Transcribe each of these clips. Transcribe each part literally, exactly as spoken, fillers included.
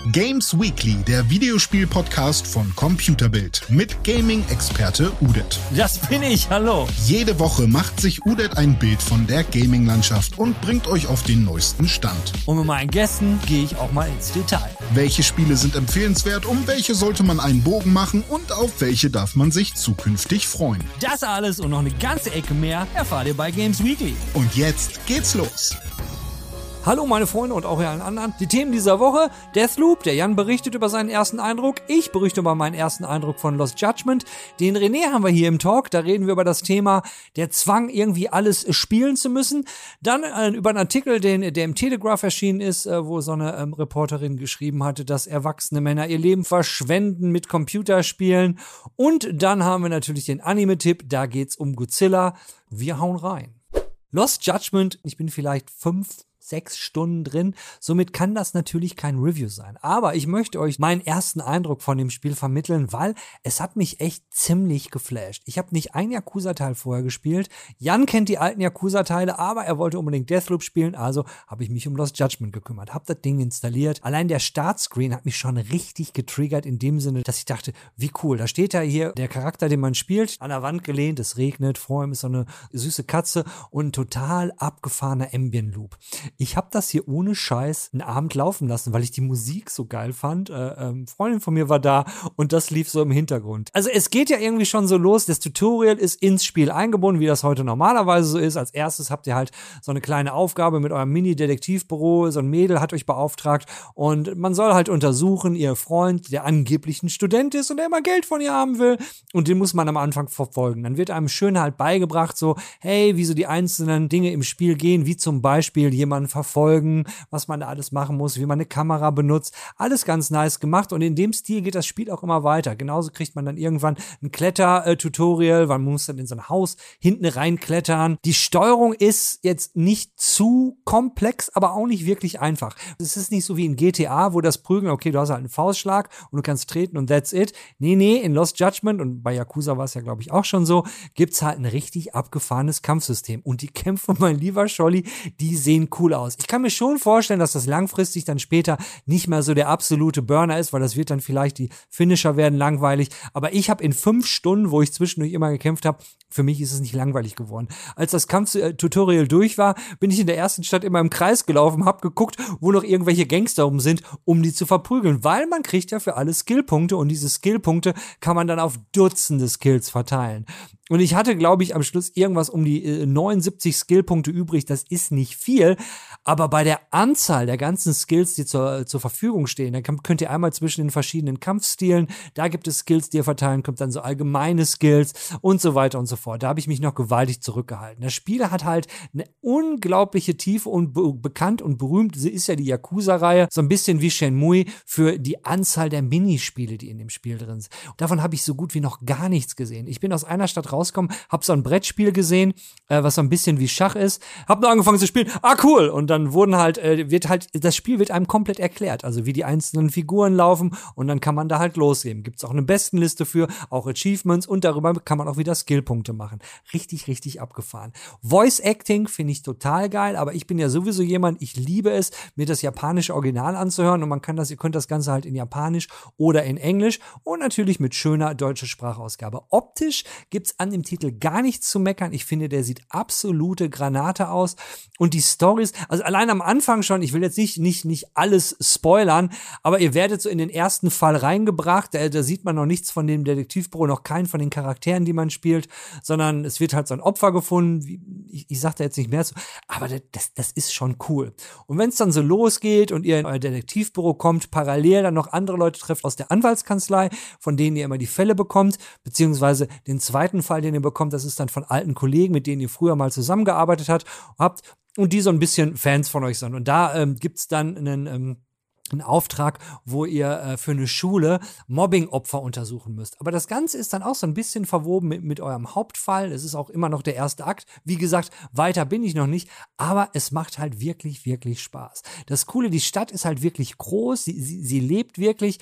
Games Weekly, der Videospiel-Podcast von Computerbild mit Gaming-Experte Udet. Das bin ich, hallo. Jede Woche macht sich Udet ein Bild von der Gaming-Landschaft und bringt euch auf den neuesten Stand. Und mit meinen Gästen gehe ich auch mal ins Detail. Welche Spiele sind empfehlenswert, um welche sollte man einen Bogen machen und auf welche darf man sich zukünftig freuen? Das alles und noch eine ganze Ecke mehr erfahrt ihr bei Games Weekly. Und jetzt geht's los. Hallo meine Freunde und auch ihr allen anderen. Die Themen dieser Woche: Deathloop, der Jan berichtet über seinen ersten Eindruck. Ich berichte über meinen ersten Eindruck von Lost Judgment. Den René haben wir hier im Talk. Da reden wir über das Thema der Zwang, irgendwie alles spielen zu müssen. Dann äh, über einen Artikel, den, der im Telegraph erschienen ist, äh, wo so eine ähm, Reporterin geschrieben hatte, dass erwachsene Männer ihr Leben verschwenden mit Computerspielen. Und dann haben wir natürlich den Anime-Tipp. Da geht's um Godzilla. Wir hauen rein. Lost Judgment, ich bin vielleicht fünf sechs Stunden drin. Somit kann das natürlich kein Review sein. Aber ich möchte euch meinen ersten Eindruck von dem Spiel vermitteln, weil es hat mich echt ziemlich geflasht. Ich habe nicht ein Yakuza-Teil vorher gespielt. Jan kennt die alten Yakuza-Teile, aber er wollte unbedingt Deathloop spielen, also habe ich mich um Lost Judgment gekümmert. Hab das Ding installiert. Allein der Startscreen hat mich schon richtig getriggert in dem Sinne, dass ich dachte, wie cool. Da steht ja hier der Charakter, den man spielt, an der Wand gelehnt, es regnet, vor ihm ist so eine süße Katze und ein total abgefahrener Ambient-Loop. Ich habe das hier ohne Scheiß einen Abend laufen lassen, weil ich die Musik so geil fand. Äh, ähm, Freundin von mir war da und das lief so im Hintergrund. Also es geht ja irgendwie schon so los. Das Tutorial ist ins Spiel eingebunden, wie das heute normalerweise so ist. Als erstes habt ihr halt so eine kleine Aufgabe mit eurem Mini-Detektivbüro. So ein Mädel hat euch beauftragt und man soll halt untersuchen, ihr Freund, der angeblich ein Student ist und der immer Geld von ihr haben will, und den muss man am Anfang verfolgen. Dann wird einem schön halt beigebracht, so, hey, wie so die einzelnen Dinge im Spiel gehen, wie zum Beispiel jemanden verfolgen, was man da alles machen muss, wie man eine Kamera benutzt. Alles ganz nice gemacht und in dem Stil geht das Spiel auch immer weiter. Genauso kriegt man dann irgendwann ein Kletter-Tutorial, weil man muss dann in so ein Haus hinten reinklettern. Die Steuerung ist jetzt nicht zu komplex, aber auch nicht wirklich einfach. Es ist nicht so wie in G T A, wo das Prügeln, okay, du hast halt einen Faustschlag und du kannst treten und that's it. Nee, nee, in Lost Judgment, und bei Yakuza war es ja, glaube ich, auch schon so, gibt's halt ein richtig abgefahrenes Kampfsystem. Und die Kämpfe, mein lieber Scholli, die sehen cool aus. Ich kann mir schon vorstellen, dass das langfristig dann später nicht mehr so der absolute Burner ist, weil das wird dann vielleicht, die Finisher werden langweilig. Aber ich habe in fünf Stunden, wo ich zwischendurch immer gekämpft habe, für mich ist es nicht langweilig geworden. Als das Kampftutorial durch war, bin ich in der ersten Stadt immer im Kreis gelaufen, hab geguckt, wo noch irgendwelche Gangster rum sind, um die zu verprügeln, weil man kriegt ja für alle Skillpunkte und diese Skillpunkte kann man dann auf Dutzende Skills verteilen. Und ich hatte, glaube ich, am Schluss irgendwas um die äh, neunundsiebzig Skillpunkte übrig. Das ist nicht viel, aber bei der Anzahl der ganzen Skills, die zur, zur Verfügung stehen, dann könnt ihr einmal zwischen den verschiedenen Kampfstilen, da gibt es Skills, die ihr verteilen könnt, dann so allgemeine Skills und so weiter und so fort. Da habe ich mich noch gewaltig zurückgehalten. Das Spiel hat halt eine unglaubliche Tiefe und be- bekannt und berühmt, sie ist ja die Yakuza-Reihe, so ein bisschen wie Shenmue für die Anzahl der Minispiele, die in dem Spiel drin sind. Davon habe ich so gut wie noch gar nichts gesehen. Ich bin aus einer Stadt rausgekommen, habe so ein Brettspiel gesehen, äh, was so ein bisschen wie Schach ist, habe nur angefangen zu spielen, ah cool, und dann wurden halt, äh, wird halt, das Spiel wird einem komplett erklärt, also wie die einzelnen Figuren laufen, und dann kann man da halt loslegen. Gibt's auch eine Bestenliste für, auch Achievements, und darüber kann man auch wieder Skillpunkte machen. Richtig, richtig abgefahren. Voice Acting finde ich total geil, aber ich bin ja sowieso jemand, ich liebe es, mir das japanische Original anzuhören, und man kann das, ihr könnt das Ganze halt in Japanisch oder in Englisch und natürlich mit schöner deutscher Sprachausgabe. Optisch gibt's an dem Titel gar nichts zu meckern. Ich finde, der sieht absolute Granate aus, und die Storys, also allein am Anfang schon, ich will jetzt nicht, nicht, nicht alles spoilern, aber ihr werdet so in den ersten Fall reingebracht, da, da sieht man noch nichts von dem Detektivbüro, noch keinen von den Charakteren, die man spielt, sondern es wird halt so ein Opfer gefunden, wie, ich, ich sag da jetzt nicht mehr zu, aber das, das ist schon cool. Und wenn es dann so losgeht und ihr in euer Detektivbüro kommt, parallel dann noch andere Leute trefft aus der Anwaltskanzlei, von denen ihr immer die Fälle bekommt, beziehungsweise den zweiten Fall, den ihr bekommt, das ist dann von alten Kollegen, mit denen ihr früher mal zusammengearbeitet habt, habt und die so ein bisschen Fans von euch sind. Und da ähm, gibt's dann einen ähm, einen Auftrag, wo ihr äh, für eine Schule Mobbing-Opfer untersuchen müsst. Aber das Ganze ist dann auch so ein bisschen verwoben mit, mit eurem Hauptfall. Es ist auch immer noch der erste Akt. Wie gesagt, weiter bin ich noch nicht, aber es macht halt wirklich, wirklich Spaß. Das Coole, die Stadt ist halt wirklich groß, sie, sie, sie lebt wirklich.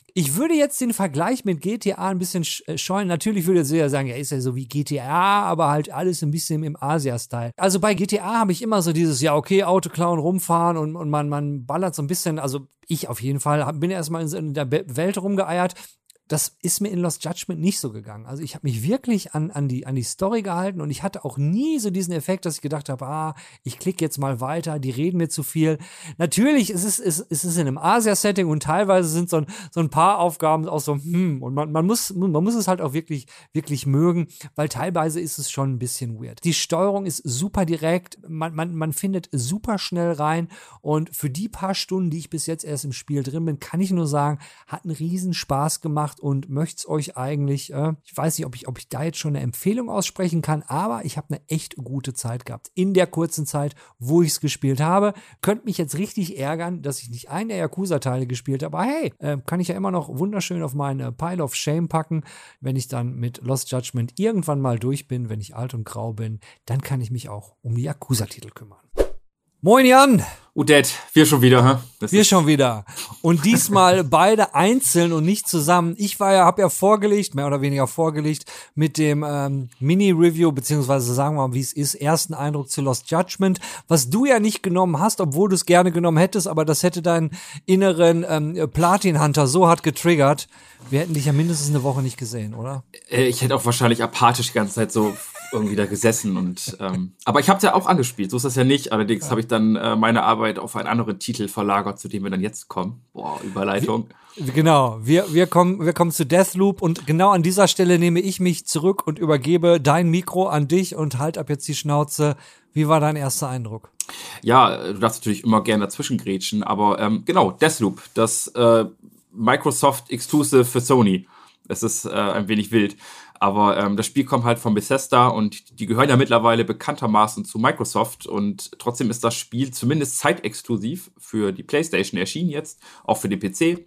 Ich würde jetzt den Vergleich mit G T A ein bisschen scheuen. Natürlich würde ich ja sagen, ja, ist ja so wie G T A, aber halt alles ein bisschen im Asia-Style. Also bei G T A habe ich immer so dieses, ja, okay, Auto klauen, rumfahren und, und man, man ballert so ein bisschen, also ich auf jeden Fall, bin erstmal in, in der Welt rumgeeiert. Das ist mir in Lost Judgment nicht so gegangen. Also ich habe mich wirklich an, an, die, an die Story gehalten und ich hatte auch nie so diesen Effekt, dass ich gedacht habe, ah, ich klicke jetzt mal weiter, die reden mir zu viel. Natürlich ist es, ist, ist es in einem Asia-Setting und teilweise sind so ein, so ein paar Aufgaben auch so, hm, und man, man, muss, man muss es halt auch wirklich, wirklich mögen, weil teilweise ist es schon ein bisschen weird. Die Steuerung ist super direkt, man, man, man findet super schnell rein und für die paar Stunden, die ich bis jetzt erst im Spiel drin bin, kann ich nur sagen, hat einen riesen Spaß gemacht und möchte es euch eigentlich, äh, ich weiß nicht, ob ich, ob ich da jetzt schon eine Empfehlung aussprechen kann, aber ich habe eine echt gute Zeit gehabt. In der kurzen Zeit, wo ich es gespielt habe. Könnt mich jetzt richtig ärgern, dass ich nicht einen der Yakuza-Teile gespielt habe, aber hey, äh, kann ich ja immer noch wunderschön auf meine Pile of Shame packen. Wenn ich dann mit Lost Judgment irgendwann mal durch bin, wenn ich alt und grau bin, dann kann ich mich auch um die Yakuza-Titel kümmern. Moin Jan! Udet, wir schon wieder, hä? Das wir schon wieder. Und diesmal beide einzeln und nicht zusammen. Ich war ja, hab ja vorgelegt, mehr oder weniger vorgelegt, mit dem ähm, Mini-Review, beziehungsweise sagen wir mal, wie es ist, ersten Eindruck zu Lost Judgment, was du ja nicht genommen hast, obwohl du es gerne genommen hättest, aber das hätte deinen inneren ähm, Platin-Hunter so hart getriggert. Wir hätten dich ja mindestens eine Woche nicht gesehen, oder? Äh, ich hätte auch wahrscheinlich apathisch die ganze Zeit so irgendwie da gesessen und ähm, aber ich habe es ja auch angespielt, so ist das ja nicht. Allerdings ja. habe ich dann äh, meine Arbeit auf einen anderen Titel verlagert, zu dem wir dann jetzt kommen. Boah, Überleitung. Wir, genau, wir, wir, kommen, wir kommen zu Deathloop und genau an dieser Stelle nehme ich mich zurück und übergebe dein Mikro an dich und halt ab jetzt die Schnauze. Wie war dein erster Eindruck? Ja, du darfst natürlich immer gerne dazwischen grätschen, aber ähm, genau, Deathloop, das äh, Microsoft Exclusive für Sony. Es ist äh, ein wenig wild. Aber ähm, das Spiel kommt halt von Bethesda und die gehören ja mittlerweile bekanntermaßen zu Microsoft und trotzdem ist das Spiel zumindest zeitexklusiv für die PlayStation erschienen jetzt, auch für den P C.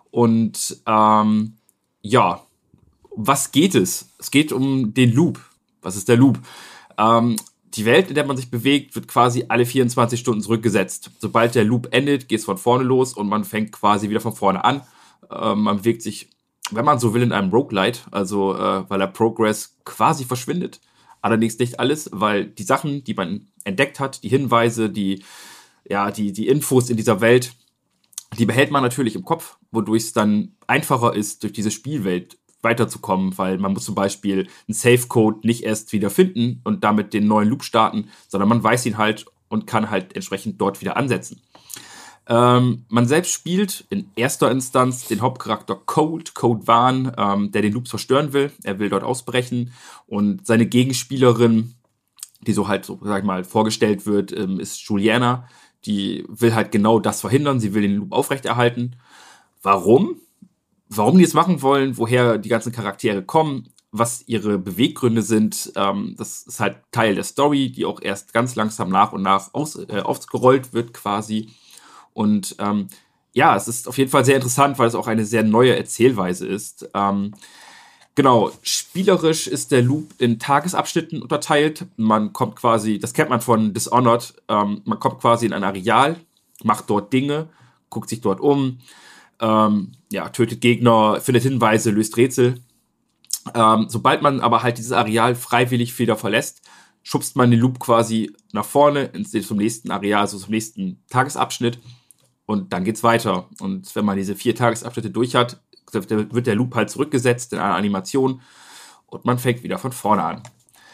Und ähm, ja, was geht es? Es geht um den Loop. Was ist der Loop? Ähm, die Welt, in der man sich bewegt, wird quasi alle vierundzwanzig Stunden zurückgesetzt. Sobald der Loop endet, geht es von vorne los und man fängt quasi wieder von vorne an. Ähm, man bewegt sich, wenn man so will, in einem Roguelite, also äh, weil der Progress quasi verschwindet. Allerdings nicht alles, weil die Sachen, die man entdeckt hat, die Hinweise, die, ja, die, die Infos in dieser Welt, die behält man natürlich im Kopf, wodurch es dann einfacher ist, durch diese Spielwelt weiterzukommen, weil man muss zum Beispiel einen Safe-Code nicht erst wieder finden und damit den neuen Loop starten, sondern man weiß ihn halt und kann halt entsprechend dort wieder ansetzen. Ähm, man selbst spielt in erster Instanz den Hauptcharakter Cold, Code Van, ähm, der den Loop zerstören will. Er will dort ausbrechen und seine Gegenspielerin, die so halt, so, sag ich mal, vorgestellt wird, ähm, ist Juliana. Die will halt genau das verhindern. Sie will den Loop aufrechterhalten. Warum? Warum die es machen wollen, woher die ganzen Charaktere kommen, was ihre Beweggründe sind, ähm, das ist halt Teil der Story, die auch erst ganz langsam nach und nach aus, äh, ausgerollt wird quasi. Und ähm, ja, es ist auf jeden Fall sehr interessant, weil es auch eine sehr neue Erzählweise ist. Ähm, genau, spielerisch ist der Loop in Tagesabschnitten unterteilt. Man kommt quasi, das kennt man von Dishonored, ähm, man kommt quasi in ein Areal, macht dort Dinge, guckt sich dort um, ähm, ja, tötet Gegner, findet Hinweise, löst Rätsel. Ähm, sobald man aber halt dieses Areal freiwillig wieder verlässt, schubst man den Loop quasi nach vorne ins, zum nächsten Areal, also zum nächsten Tagesabschnitt. Und dann geht's weiter. Und wenn man diese vier Tagesabschnitte durch hat, wird der Loop halt zurückgesetzt in einer Animation und man fängt wieder von vorne an.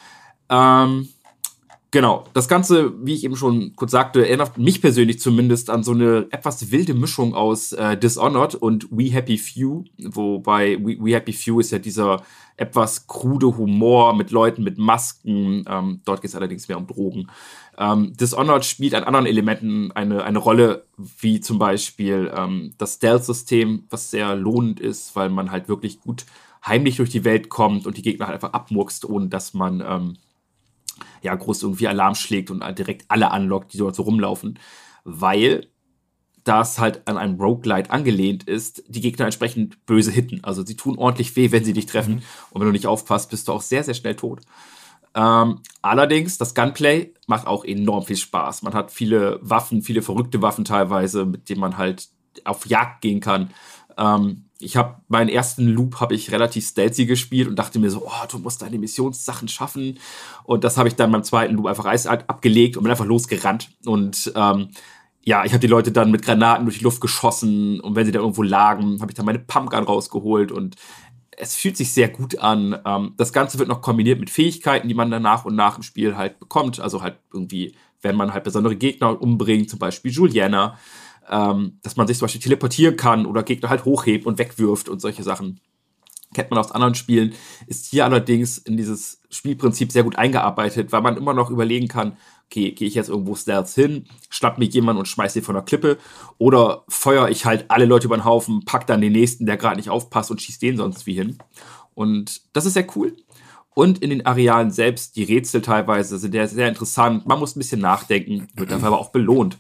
Ähm, genau, das Ganze, wie ich eben schon kurz sagte, erinnert mich persönlich zumindest an so eine etwas wilde Mischung aus äh, Dishonored und We Happy Few, wobei We, We Happy Few ist ja dieser etwas krude Humor mit Leuten mit Masken. Ähm, dort geht es allerdings mehr um Drogen. Ähm, Dishonored spielt an anderen Elementen eine, eine Rolle, wie zum Beispiel ähm, das Stealth-System, was sehr lohnend ist, weil man halt wirklich gut heimlich durch die Welt kommt und die Gegner halt einfach abmurkst, ohne dass man ähm, ja groß irgendwie Alarm schlägt und halt direkt alle anlockt, die dort so rumlaufen. Weil das halt an einem Roguelite angelehnt ist, die Gegner entsprechend böse hitten. Also sie tun ordentlich weh, wenn sie dich treffen. Mhm. Und wenn du nicht aufpasst, bist du auch sehr, sehr schnell tot. Ähm, allerdings, das Gunplay macht auch enorm viel Spaß. Man hat viele Waffen, viele verrückte Waffen teilweise, mit denen man halt auf Jagd gehen kann. Ähm, ich habe meinen ersten Loop habe ich relativ stealthy gespielt und dachte mir so, oh, du musst deine Missionssachen schaffen. Und das habe ich dann beim zweiten Loop einfach eiskalt abgelegt und bin einfach losgerannt. Und ähm, ja, ich habe die Leute dann mit Granaten durch die Luft geschossen und wenn sie da irgendwo lagen, habe ich dann meine Pumpgun rausgeholt und es fühlt sich sehr gut an. Ähm, das Ganze wird noch kombiniert mit Fähigkeiten, die man dann nach und nach im Spiel halt bekommt. Also halt irgendwie, wenn man halt besondere Gegner umbringt, zum Beispiel Juliana, ähm, dass man sich zum Beispiel teleportieren kann oder Gegner halt hochhebt und wegwirft und solche Sachen. Kennt man aus anderen Spielen, ist hier allerdings in dieses Spielprinzip sehr gut eingearbeitet, weil man immer noch überlegen kann, okay, gehe ich jetzt irgendwo Stealth hin, schnapp mir jemanden und schmeiß den von der Klippe oder feuere ich halt alle Leute über den Haufen, pack dann den nächsten, der gerade nicht aufpasst und schieß den sonst wie hin. Und das ist sehr cool. Und in den Arealen selbst, die Rätsel teilweise sind sehr, sehr interessant. Man muss ein bisschen nachdenken, wird dafür aber auch belohnt.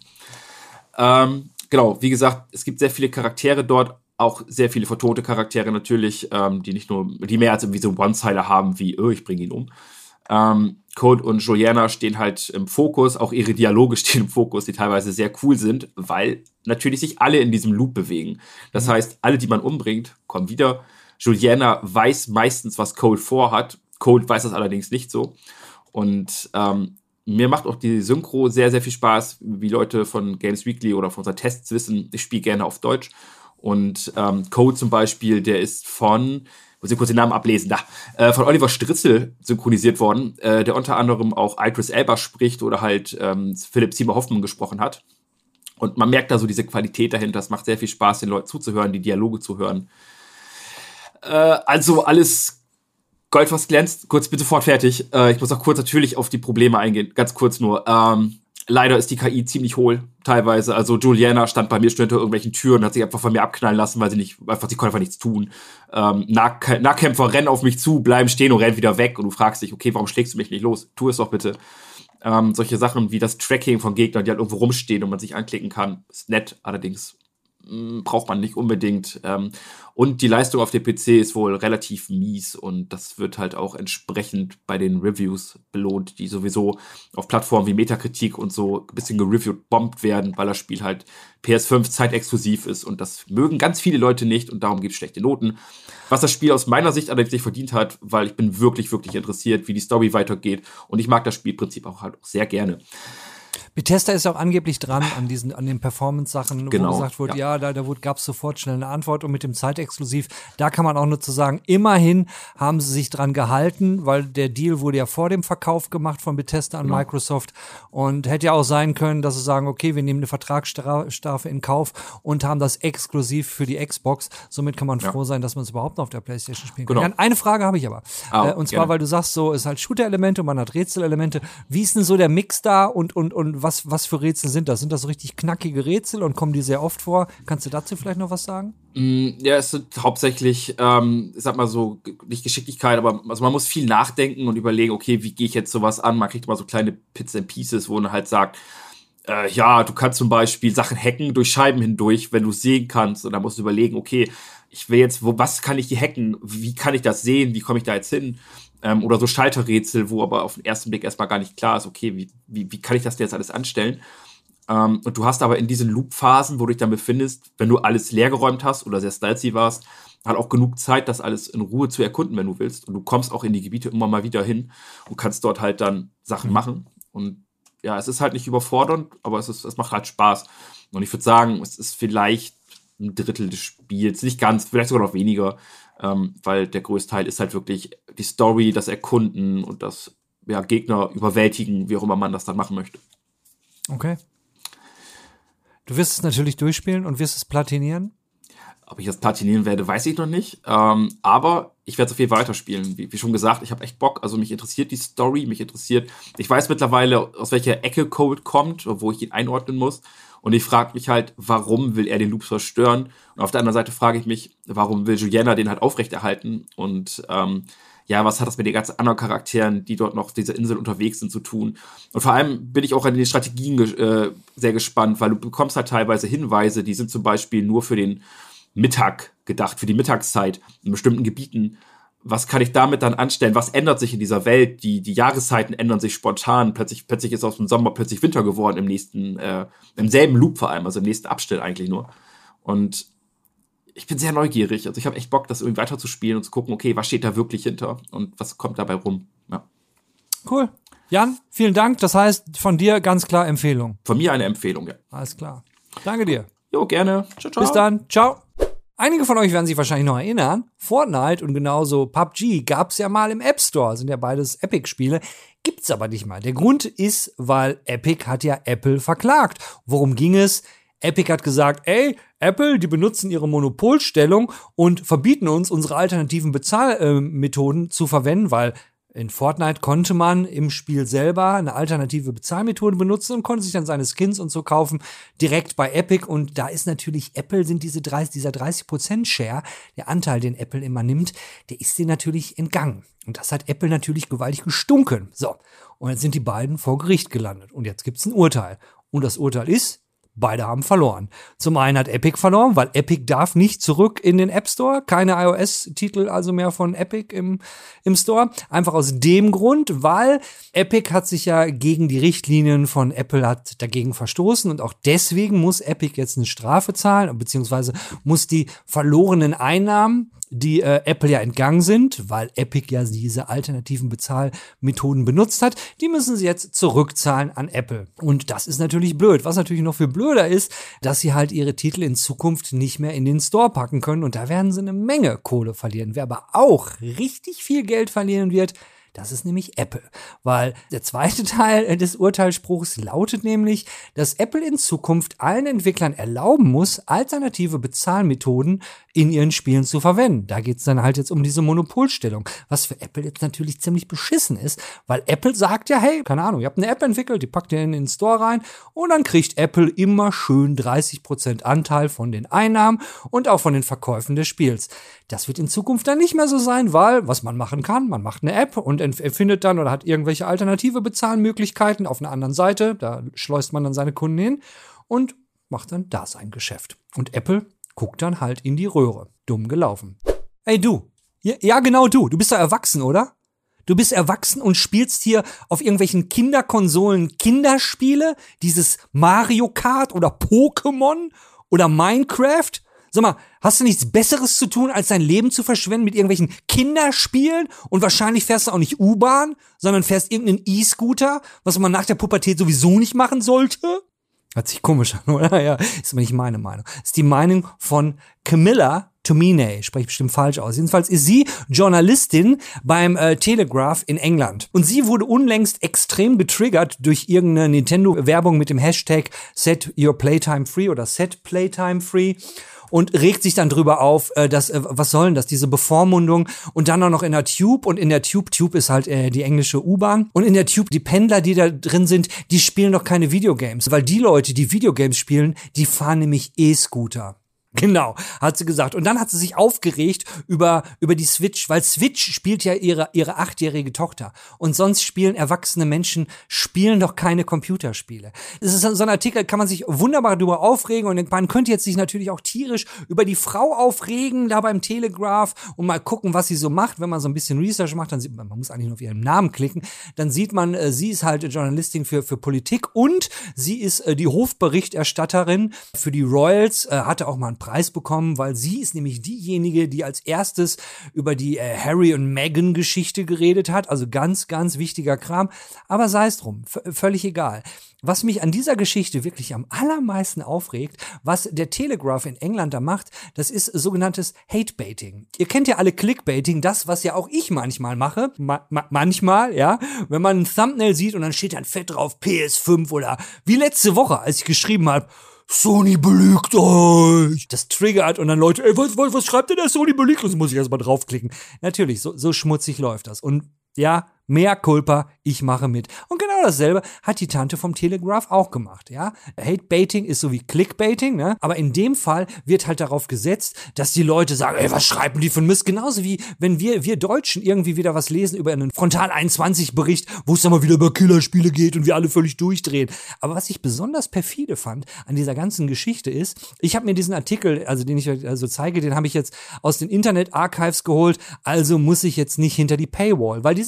Ähm, genau, wie gesagt, es gibt sehr viele Charaktere dort, auch sehr viele vertonte Charaktere natürlich, ähm, die nicht nur, die mehr als irgendwie so One-Siler haben wie, oh, ich bringe ihn um. Ähm, Colt und Juliana stehen halt im Fokus, auch ihre Dialoge stehen im Fokus, die teilweise sehr cool sind, weil natürlich sich alle in diesem Loop bewegen. Das mhm. heißt, alle, die man umbringt, kommen wieder. Juliana weiß meistens, was Colt vorhat. Colt weiß das allerdings nicht so. Und ähm, mir macht auch die Synchro sehr, sehr viel Spaß, wie Leute von Games Weekly oder von unseren Tests wissen. Ich spiele gerne auf Deutsch. Und ähm, Colt zum Beispiel, der ist von, muss ich kurz den Namen ablesen, da, äh, von Oliver Stritzel synchronisiert worden, äh, der unter anderem auch Idris Elba spricht oder halt ähm, Philipp Seymour Hoffman gesprochen hat. Und man merkt da so diese Qualität dahinter. Es macht sehr viel Spaß, den Leuten zuzuhören, die Dialoge zu hören. Äh, also alles Gold, was glänzt. Kurz, bitte sofort fertig. Äh, ich muss auch kurz natürlich auf die Probleme eingehen. Ganz kurz nur. Ähm, leider ist die K I ziemlich hohl, teilweise. Also Juliana stand bei mir schon hinter irgendwelchen Türen, hat sich einfach von mir abknallen lassen, weil sie nicht, einfach, sie konnte einfach nichts tun. Ähm, Nah- Nahkämpfer rennen auf mich zu, bleiben stehen und rennen wieder weg. Und du fragst dich, okay, warum schlägst du mich nicht los? Tu es doch bitte. Ähm, solche Sachen wie das Tracking von Gegnern, die halt irgendwo rumstehen und man sich anklicken kann, ist nett, allerdings mh, braucht man nicht unbedingt. Ähm, und die Leistung auf dem P C ist wohl relativ mies und das wird halt auch entsprechend bei den Reviews belohnt, die sowieso auf Plattformen wie Metakritik und so ein bisschen gereviewt bombt werden, weil das Spiel halt P S fünf zeitexklusiv ist und das mögen ganz viele Leute nicht und darum gibt es schlechte Noten. Was das Spiel aus meiner Sicht allerdings nicht verdient hat, weil ich bin wirklich, wirklich interessiert, wie die Story weitergeht und ich mag das Spielprinzip auch halt auch sehr gerne. Bethesda ist auch angeblich dran an diesen, an den Performance-Sachen, Genau, wo gesagt wurde, ja, ja, da, da gab es sofort schnell eine Antwort und mit dem Zeitexklusiv, da kann man auch nur zu sagen, immerhin haben sie sich dran gehalten, weil der Deal wurde ja vor dem Verkauf gemacht von Bethesda an Genau. Microsoft und hätte ja auch sein können, dass sie sagen, okay, wir nehmen eine Vertragsstrafe in Kauf und haben das exklusiv für die Xbox. Somit kann man Ja. froh sein, dass man es überhaupt noch auf der PlayStation spielen Genau. kann. Ja, eine Frage habe ich aber. Ah, äh, und zwar, gerne. weil du sagst, so ist halt Shooter-Elemente und man hat Rätselelemente. Wie ist denn so der Mix da und, und, und was, was für Rätsel sind das? Sind das so richtig knackige Rätsel und kommen die sehr oft vor? Kannst du dazu vielleicht noch was sagen? Ja, es sind hauptsächlich, ähm, ich sag mal so, g- nicht Geschicklichkeit, aber also man muss viel nachdenken und überlegen, okay, wie gehe ich jetzt sowas an? Man kriegt immer so kleine Bits and Pieces, wo man halt sagt, äh, ja, du kannst zum Beispiel Sachen hacken durch Scheiben hindurch, wenn du es sehen kannst. Und dann musst du überlegen, okay, ich will jetzt, wo, was kann ich hier hacken? Wie kann ich das sehen? Wie komme ich da jetzt hin? Ähm, oder so Schalterrätsel, wo aber auf den ersten Blick erstmal gar nicht klar ist, okay, wie, wie, wie kann ich das denn jetzt alles anstellen? Ähm, und du hast aber in diesen Loop-Phasen, wo du dich dann befindest, wenn du alles leergeräumt hast oder sehr stealthy warst, halt auch genug Zeit, das alles in Ruhe zu erkunden, wenn du willst. Und du kommst auch in die Gebiete immer mal wieder hin und kannst dort halt dann Sachen machen. Und ja, es ist halt nicht überfordernd, aber es, ist, es macht halt Spaß. Und ich würde sagen, es ist vielleicht ein Drittel des Spiels, nicht ganz, vielleicht sogar noch weniger, ähm, weil der größte Teil ist halt wirklich die Story, das Erkunden und das ja, Gegner überwältigen, wie auch immer man das dann machen möchte. Okay. Du wirst es natürlich durchspielen und wirst es platinieren. Ob ich das platinieren werde, weiß ich noch nicht. Ähm, aber ich werde es auf jeden Fall weiterspielen. Wie, wie schon gesagt, ich habe echt Bock. Also mich interessiert die Story, mich interessiert. Ich weiß mittlerweile, aus welcher Ecke Colt kommt, wo ich ihn einordnen muss. Und ich frage mich halt, warum will er den Loop zerstören? Und auf der anderen Seite frage ich mich, warum will Juliana den halt aufrechterhalten? Und ähm, ja, was hat das mit den ganzen anderen Charakteren, die dort noch auf dieser Insel unterwegs sind, zu tun? Und vor allem bin ich auch an den Strategien ge- äh, sehr gespannt, weil du bekommst halt teilweise Hinweise, die sind zum Beispiel nur für den Mittag gedacht, für die Mittagszeit in bestimmten Gebieten. Was kann ich damit dann anstellen? Was ändert sich in dieser Welt? Die, die Jahreszeiten ändern sich spontan. Plötzlich, plötzlich ist aus dem Sommer plötzlich Winter geworden im nächsten, äh, im selben Loop vor allem, also im nächsten Abschnitt eigentlich nur. Und ich bin sehr neugierig. Also ich habe echt Bock, das irgendwie weiterzuspielen und zu gucken, okay, was steht da wirklich hinter und was kommt dabei rum. Ja. Cool. Jan, vielen Dank. Das heißt, von dir ganz klar Empfehlung. Von mir eine Empfehlung, ja. Alles klar. Danke dir. Jo, gerne. Ciao, ciao. Bis dann. Ciao. Einige von euch werden sich wahrscheinlich noch erinnern, Fortnite und genauso P U B G gab's ja mal im App Store, sind ja beides Epic-Spiele, gibt's aber nicht mal. Der Grund ist, weil Epic hat ja Apple verklagt. Worum ging es? Epic hat gesagt, ey, Apple, die benutzen ihre Monopolstellung und verbieten uns, unsere alternativen Bezahlmethoden äh, zu verwenden, weil in Fortnite konnte man im Spiel selber eine alternative Bezahlmethode benutzen und konnte sich dann seine Skins und so kaufen, direkt bei Epic. Und da ist natürlich Apple, sind diese dreißig, dieser dreißig Prozent Share, der Anteil, den Apple immer nimmt, der ist denen natürlich entgangen. Und das hat Apple natürlich gewaltig gestunken. So, und jetzt sind die beiden vor Gericht gelandet. Und jetzt gibt's ein Urteil. Und das Urteil ist, beide haben verloren. Zum einen hat Epic verloren, weil Epic darf nicht zurück in den App Store. Keine iOS-Titel also mehr von Epic im, im Store. Einfach aus dem Grund, weil Epic hat sich ja gegen die Richtlinien von Apple hat dagegen verstoßen und auch deswegen muss Epic jetzt eine Strafe zahlen, beziehungsweise muss die verlorenen Einnahmen, die äh, Apple ja entgangen sind, weil Epic ja diese alternativen Bezahlmethoden benutzt hat, die müssen sie jetzt zurückzahlen an Apple. Und das ist natürlich blöd. Was natürlich noch viel blöder ist, dass sie halt ihre Titel in Zukunft nicht mehr in den Store packen können und da werden sie eine Menge Kohle verlieren. Wer aber auch richtig viel Geld verlieren wird, das ist nämlich Apple, weil der zweite Teil des Urteilsspruchs lautet nämlich, dass Apple in Zukunft allen Entwicklern erlauben muss, alternative Bezahlmethoden in ihren Spielen zu verwenden. Da geht es dann halt jetzt um diese Monopolstellung, was für Apple jetzt natürlich ziemlich beschissen ist, weil Apple sagt ja, hey, keine Ahnung, ihr habt eine App entwickelt, die packt ihr in den Store rein und dann kriegt Apple immer schön dreißig Prozent Anteil von den Einnahmen und auch von den Verkäufen des Spiels. Das wird in Zukunft dann nicht mehr so sein, weil, was man machen kann, man macht eine App und erfindet dann oder hat irgendwelche alternative Bezahlmöglichkeiten auf einer anderen Seite, da schleust man dann seine Kunden hin und macht dann da sein Geschäft. Und Apple guckt dann halt in die Röhre. Dumm gelaufen. Ey du, ja, ja genau du, du bist doch erwachsen, oder? Du bist erwachsen und spielst hier auf irgendwelchen Kinderkonsolen Kinderspiele, dieses Mario Kart oder Pokémon oder Minecraft? Sag mal, hast du nichts Besseres zu tun, als dein Leben zu verschwenden mit irgendwelchen Kinderspielen? Und wahrscheinlich fährst du auch nicht U-Bahn, sondern fährst irgendeinen E-Scooter, was man nach der Pubertät sowieso nicht machen sollte? Hört sich komisch an, oder? Ja, ist aber nicht meine Meinung. Ist die Meinung von Camilla Tominey, spreche ich bestimmt falsch aus. Jedenfalls ist sie Journalistin beim äh, Telegraph in England. Und sie wurde unlängst extrem getriggert durch irgendeine Nintendo-Werbung mit dem Hashtag Set Your Playtime Free oder Set Playtime Free. Und regt sich dann drüber auf, äh, dass, äh, was soll denn das, diese Bevormundung und dann auch noch in der Tube und in der Tube, Tube ist halt äh, die englische U-Bahn und in der Tube, die Pendler, die da drin sind, die spielen doch keine Videogames, weil die Leute, die Videogames spielen, die fahren nämlich E-Scooter. Genau, hat sie gesagt. Und dann hat sie sich aufgeregt über über die Switch, weil Switch spielt ja ihre ihre achtjährige Tochter. Und sonst spielen erwachsene Menschen, spielen doch keine Computerspiele. Es ist so ein Artikel, kann man sich wunderbar darüber aufregen. Und man könnte jetzt sich natürlich auch tierisch über die Frau aufregen, da beim Telegraph und mal gucken, was sie so macht. Wenn man so ein bisschen Research macht, dann sieht man, man muss eigentlich nur auf ihren Namen klicken, dann sieht man, äh, sie ist halt Journalistin für für Politik und sie ist äh, die Hofberichterstatterin für die Royals, äh, hatte auch mal einen Preis bekommen, weil sie ist nämlich diejenige, die als erstes über die äh, Harry und Meghan Geschichte geredet hat, also ganz, ganz wichtiger Kram, aber sei es drum, v- völlig egal. Was mich an dieser Geschichte wirklich am allermeisten aufregt, was der Telegraph in England da macht, das ist sogenanntes Hate-Baiting. Ihr kennt ja alle Clickbaiting, das, was ja auch ich manchmal mache, ma- ma- manchmal, ja, wenn man ein Thumbnail sieht und dann steht dann fett drauf P S fünf oder wie letzte Woche, als ich geschrieben habe, Sony belügt euch. Das triggert und dann Leute, ey, was, was, was schreibt denn der Sony belügt? Das muss ich erstmal draufklicken. Natürlich, so, so schmutzig läuft das. Und ja, mehr Culpa, ich mache mit. Und genau dasselbe hat die Tante vom Telegraph auch gemacht, ja. Hate-Baiting ist so wie Clickbaiting, ne? Aber in dem Fall wird halt darauf gesetzt, dass die Leute sagen, ey, was schreiben die für ein Mist? Genauso wie, wenn wir, wir Deutschen irgendwie wieder was lesen über einen Frontal einundzwanzig Bericht, wo es dann mal wieder über Killerspiele geht und wir alle völlig durchdrehen. Aber was ich besonders perfide fand an dieser ganzen Geschichte ist, ich habe mir diesen Artikel, also den ich euch also zeige, den habe ich jetzt aus den Internet-Archives geholt, also muss ich jetzt nicht hinter die Paywall, weil dieses ganze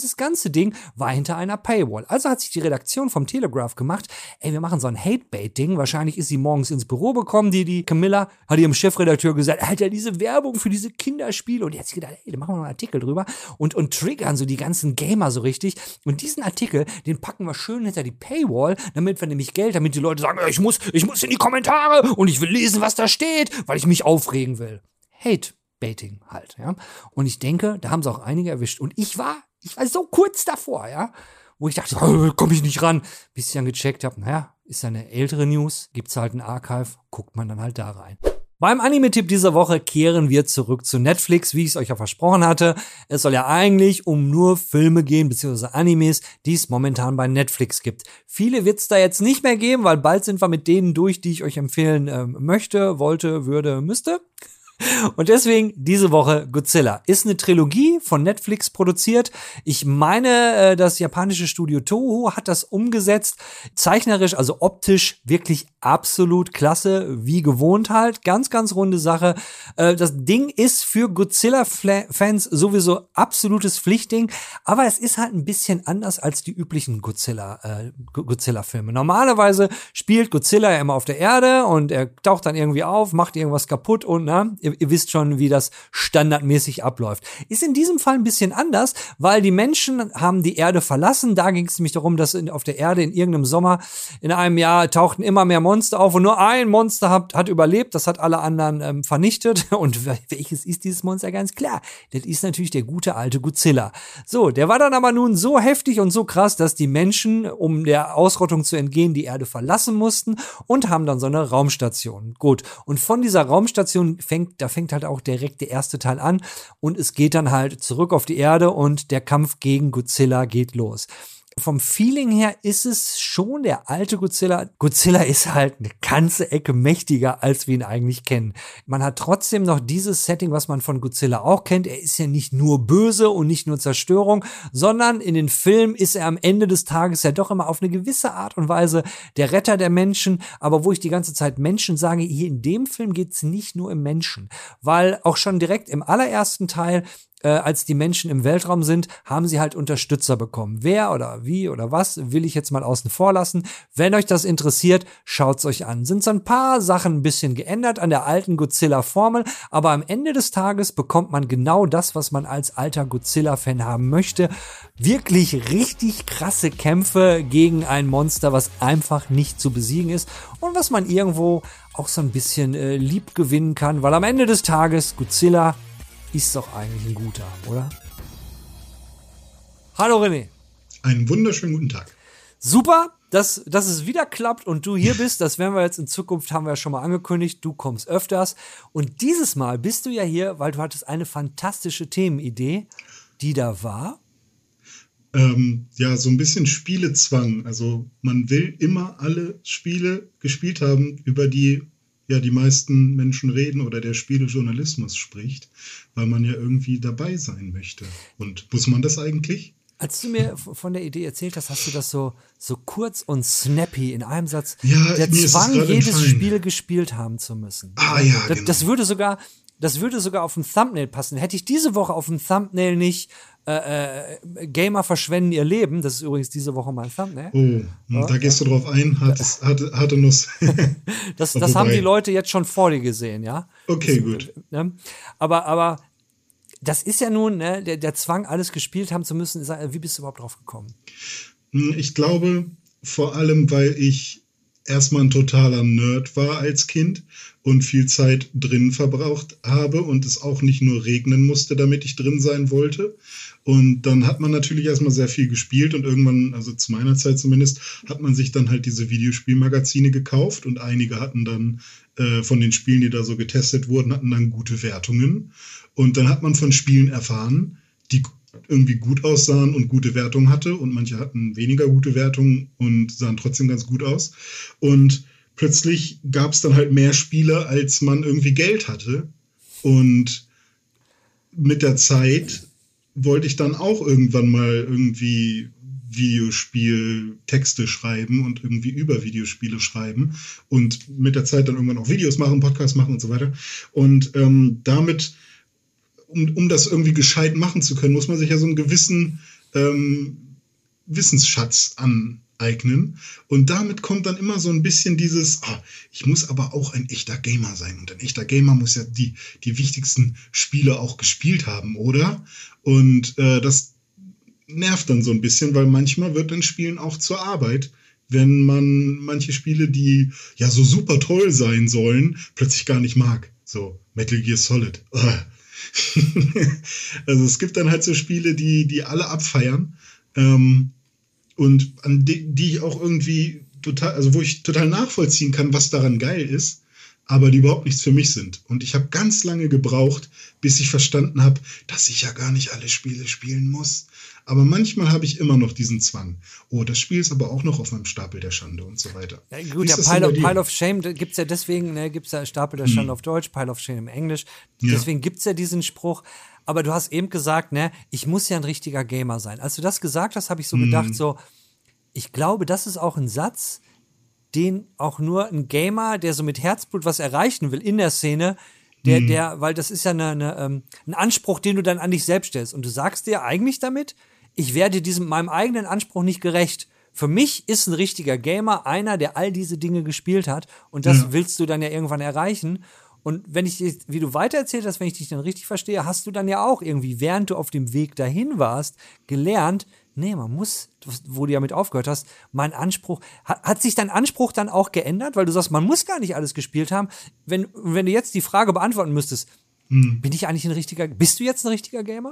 ganze Ding war hinter einer Paywall. Also hat sich die Redaktion vom Telegraph gemacht, ey, wir machen so ein Hate-Bait-Ding. Wahrscheinlich ist sie morgens ins Büro bekommen, die, die Camilla, hat ihrem Chefredakteur gesagt, Alter, diese Werbung für diese Kinderspiele. Und die hat sich gedacht, ey, da machen wir noch einen Artikel drüber und, und triggern so die ganzen Gamer so richtig. Und diesen Artikel, den packen wir schön hinter die Paywall, damit wir nämlich Geld, damit die Leute sagen, ich muss, ich muss in die Kommentare und ich will lesen, was da steht, weil ich mich aufregen will. Hate-Baiting halt, ja. Und ich denke, da haben sie auch einige erwischt. Und ich war, ich war so kurz davor, ja, wo ich dachte, oh, komm ich nicht ran, bis ich dann gecheckt habe, naja, ist ja eine ältere News, gibt's halt ein Archive, guckt man dann halt da rein. Beim Anime-Tipp dieser Woche kehren wir zurück zu Netflix, wie ich es euch ja versprochen hatte. Es soll ja eigentlich um nur Filme gehen, beziehungsweise Animes, die es momentan bei Netflix gibt. Viele wird es da jetzt nicht mehr geben, weil bald sind wir mit denen durch, die ich euch empfehlen ähm, möchte, wollte, würde, müsste. Und deswegen diese Woche Godzilla. Ist eine Trilogie von Netflix produziert. Ich meine, das japanische Studio Toho hat das umgesetzt. Zeichnerisch, also optisch wirklich absolut klasse, wie gewohnt halt. Ganz, ganz runde Sache. Das Ding ist für Godzilla-Fans sowieso absolutes Pflichtding. Aber es ist halt ein bisschen anders als die üblichen Godzilla, äh, Godzilla-Filme. Normalerweise spielt Godzilla ja immer auf der Erde und er taucht dann irgendwie auf, macht irgendwas kaputt und, na, Ihr, ihr wisst schon, wie das standardmäßig abläuft. Ist in diesem Fall ein bisschen anders, weil die Menschen haben die Erde verlassen. Da ging es nämlich darum, dass in, auf der Erde in irgendeinem Sommer in einem Jahr tauchten immer mehr Monster auf und nur ein Monster hat, hat überlebt. Das hat alle anderen ähm, vernichtet. Und welches ist dieses Monster? Ganz klar. Das ist natürlich der gute alte Godzilla. So, der war dann aber nun so heftig und so krass, dass die Menschen, um der Ausrottung zu entgehen, die Erde verlassen mussten und haben dann so eine Raumstation. Gut. Und von dieser Raumstation fängt da fängt halt auch direkt der erste Teil an und es geht dann halt zurück auf die Erde und der Kampf gegen Godzilla geht los. Vom Feeling her ist es schon der alte Godzilla. Godzilla ist halt eine ganze Ecke mächtiger, als wir ihn eigentlich kennen. Man hat trotzdem noch dieses Setting, was man von Godzilla auch kennt. Er ist ja nicht nur böse und nicht nur Zerstörung, sondern in den Filmen ist er am Ende des Tages ja doch immer auf eine gewisse Art und Weise der Retter der Menschen. Aber wo ich die ganze Zeit Menschen sage, hier in dem Film geht es nicht nur um Menschen. Weil auch schon direkt im allerersten Teil, Äh, als die Menschen im Weltraum sind, haben sie halt Unterstützer bekommen. Wer oder wie oder was, will ich jetzt mal außen vor lassen. Wenn euch das interessiert, schaut's euch an. Sind so ein paar Sachen ein bisschen geändert an der alten Godzilla-Formel, aber am Ende des Tages bekommt man genau das, was man als alter Godzilla-Fan haben möchte. Wirklich richtig krasse Kämpfe gegen ein Monster, was einfach nicht zu besiegen ist und was man irgendwo auch so ein bisschen äh, lieb gewinnen kann, weil am Ende des Tages Godzilla ist doch eigentlich ein guter, oder? Hallo René. Einen wunderschönen guten Tag. Super, dass, dass es wieder klappt und du hier bist. Das werden wir jetzt in Zukunft, haben wir ja schon mal angekündigt. Du kommst öfters. Und dieses Mal bist du ja hier, weil du hattest eine fantastische Themenidee, die da war. Ähm, ja, so ein bisschen Spielezwang. Also man will immer alle Spiele gespielt haben, über die ja die meisten Menschen reden oder der Spielejournalismus spricht, weil man ja irgendwie dabei sein möchte. Und muss man das eigentlich? Als du mir von der Idee erzählt hast, hast du das so, so kurz und snappy in einem Satz. Ja, der mir Zwang, ist es jedes entfallen. Spiel gespielt haben zu müssen. Ah ja, das, genau. das würde sogar, das würde sogar auf ein Thumbnail passen. Hätte ich diese Woche auf ein Thumbnail nicht äh, äh, Gamer verschwenden ihr Leben, das ist übrigens diese Woche mein Thumbnail. Oh, ja, da gehst du drauf ein, harte, harte, harte Nuss. das das haben die Leute jetzt schon vor dir gesehen, ja? Okay, das, gut. Ne? Aber, aber das ist ja nun, ne, der, der Zwang, alles gespielt haben zu müssen. Wie bist du überhaupt drauf gekommen? Ich glaube, vor allem, weil ich erstmal ein totaler Nerd war als Kind und viel Zeit drin verbraucht habe und es auch nicht nur regnen musste, damit ich drin sein wollte. Und dann hat man natürlich erstmal sehr viel gespielt und irgendwann, also zu meiner Zeit zumindest, hat man sich dann halt diese Videospielmagazine gekauft und einige hatten dann äh, von den Spielen, die da so getestet wurden, hatten dann gute Wertungen. Und dann hat man von Spielen erfahren, die irgendwie gut aussahen und gute Wertungen hatte und manche hatten weniger gute Wertungen und sahen trotzdem ganz gut aus. Und plötzlich gab es dann halt mehr Spiele, als man irgendwie Geld hatte. Und mit der Zeit wollte ich dann auch irgendwann mal irgendwie Videospieltexte schreiben und irgendwie über Videospiele schreiben und mit der Zeit dann irgendwann auch Videos machen, Podcasts machen und so weiter. Und ähm, damit, um, um das irgendwie gescheit machen zu können, muss man sich ja so einen gewissen ähm, Wissensschatz aneignen. Und damit kommt dann immer so ein bisschen dieses, ah, ich muss aber auch ein echter Gamer sein. Und ein echter Gamer muss ja die, die wichtigsten Spiele auch gespielt haben, oder? Und äh, das nervt dann so ein bisschen, weil manchmal wird in Spielen auch zur Arbeit, wenn man manche Spiele, die ja so super toll sein sollen, plötzlich gar nicht mag. So Metal Gear Solid. Also es gibt dann halt so Spiele, die, die alle abfeiern. Ähm, und an die, die ich auch irgendwie total, also wo ich total nachvollziehen kann, was daran geil ist, aber die überhaupt nichts für mich sind. Und ich habe ganz lange gebraucht, bis ich verstanden habe, dass ich ja gar nicht alle Spiele spielen muss. Aber manchmal habe ich immer noch diesen Zwang. Oh, das Spiel ist aber auch noch auf meinem Stapel der Schande und so weiter. Ja, gut, der Pile of, Pile of Shame gibt es ja deswegen, ne, gibt es ja Stapel der Schande hm. auf Deutsch, Pile of Shame im Englisch. Ja. Deswegen gibt es ja diesen Spruch. Aber du hast eben gesagt, ne, ich muss ja ein richtiger Gamer sein. Als du das gesagt hast, habe ich so hm. gedacht, so, ich glaube, das ist auch ein Satz, den auch nur ein Gamer, der so mit Herzblut was erreichen will in der Szene, der, der, weil das ist ja eine, eine, ähm, ein Anspruch, den du dann an dich selbst stellst. Und du sagst dir eigentlich damit, ich werde diesem, meinem eigenen Anspruch nicht gerecht. Für mich ist ein richtiger Gamer einer, der all diese Dinge gespielt hat. Und das ja. willst du dann ja irgendwann erreichen. Und wenn ich, wie du weitererzählt hast, wenn ich dich dann richtig verstehe, hast du dann ja auch irgendwie, während du auf dem Weg dahin warst, gelernt, nee, man muss, wo du ja mit aufgehört hast, mein Anspruch, hat, hat sich dein Anspruch dann auch geändert? Weil du sagst, man muss gar nicht alles gespielt haben. Wenn, wenn du jetzt die Frage beantworten müsstest, hm. bin ich eigentlich ein richtiger, bist du jetzt ein richtiger Gamer?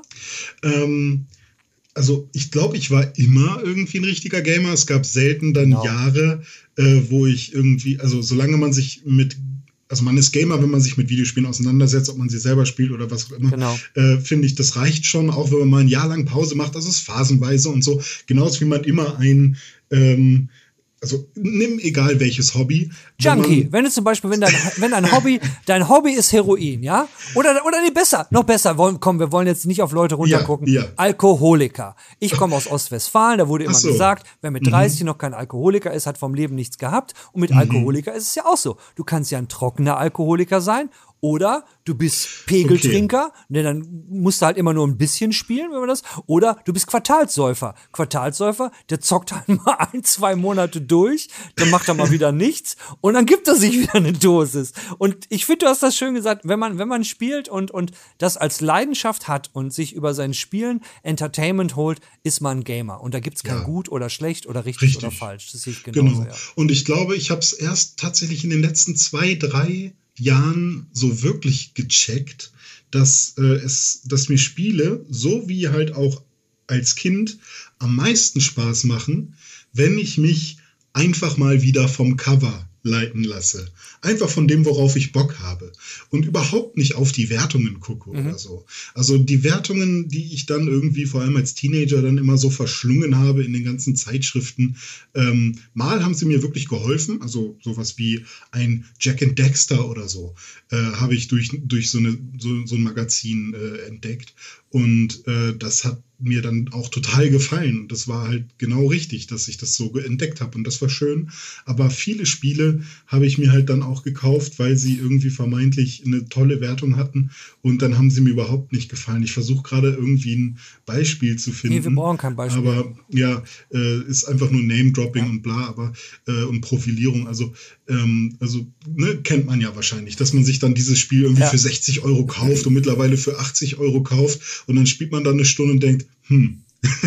Ähm, also ich glaube, ich war immer irgendwie ein richtiger Gamer. Es gab selten dann genau. Jahre, äh, wo ich irgendwie, also solange man sich mit Also man ist Gamer, wenn man sich mit Videospielen auseinandersetzt, ob man sie selber spielt oder was auch immer. Genau. Äh, finde ich, das reicht schon, auch wenn man mal ein Jahr lang Pause macht. Das ist phasenweise und so. Genauso wie man immer ein, ähm, also nimm egal welches Hobby. Junkie, wenn, wenn du zum Beispiel, wenn dein, wenn dein Hobby, dein Hobby ist Heroin, ja? Oder, oder nee, besser, noch besser. Wollen, komm, wir wollen jetzt nicht auf Leute runtergucken. Ja, ja. Alkoholiker. Ich komme aus Ostwestfalen, da wurde immer so. gesagt, wer mit dreißig mhm. noch kein Alkoholiker ist, hat vom Leben nichts gehabt. Und mit mhm. Alkoholiker ist es ja auch so. Du kannst ja ein trockener Alkoholiker sein. Oder du bist Pegeltrinker, okay. ne, dann musst du halt immer nur ein bisschen spielen, wenn man das. Oder du bist Quartalssäufer. Quartalssäufer, der zockt halt mal ein, zwei Monate durch, dann macht er mal wieder nichts und dann gibt er sich wieder eine Dosis. Und ich finde, du hast das schön gesagt, wenn man, wenn man spielt und, und das als Leidenschaft hat und sich über sein Spielen Entertainment holt, ist man Gamer. Und da gibt's kein ja. gut oder schlecht oder richtig, richtig oder falsch. Das sehe ich genauso. Genau. Ja. Und ich glaube, ich habe es erst tatsächlich in den letzten zwei, drei Jahren so wirklich gecheckt, dass äh, es, dass mir Spiele, so wie halt auch als Kind, am meisten Spaß machen, wenn ich mich einfach mal wieder vom Cover leiten lasse. Einfach von dem, worauf ich Bock habe. Und überhaupt nicht auf die Wertungen gucke mhm. oder so. Also die Wertungen, die ich dann irgendwie vor allem als Teenager dann immer so verschlungen habe in den ganzen Zeitschriften. Ähm, mal haben sie mir wirklich geholfen. Also sowas wie ein Jack and Dexter oder so äh, habe ich durch, durch so, eine, so, so ein Magazin äh, entdeckt. Und äh, das hat mir dann auch total gefallen. Und das war halt genau richtig, dass ich das so entdeckt habe. Und das war schön. Aber viele Spiele habe ich mir halt dann auch gekauft, weil sie irgendwie vermeintlich eine tolle Wertung hatten. Und dann haben sie mir überhaupt nicht gefallen. Ich versuche gerade irgendwie ein Beispiel zu finden. Nee, wir brauchen kein Beispiel. Aber ja, äh, ist einfach nur Name-Dropping ja. und bla, aber äh, und Profilierung. Also, ähm, also ne, kennt man ja wahrscheinlich, dass man sich dann dieses Spiel irgendwie ja. für sechzig Euro kauft und mittlerweile für achtzig Euro kauft. Und dann spielt man dann eine Stunde und denkt, hm.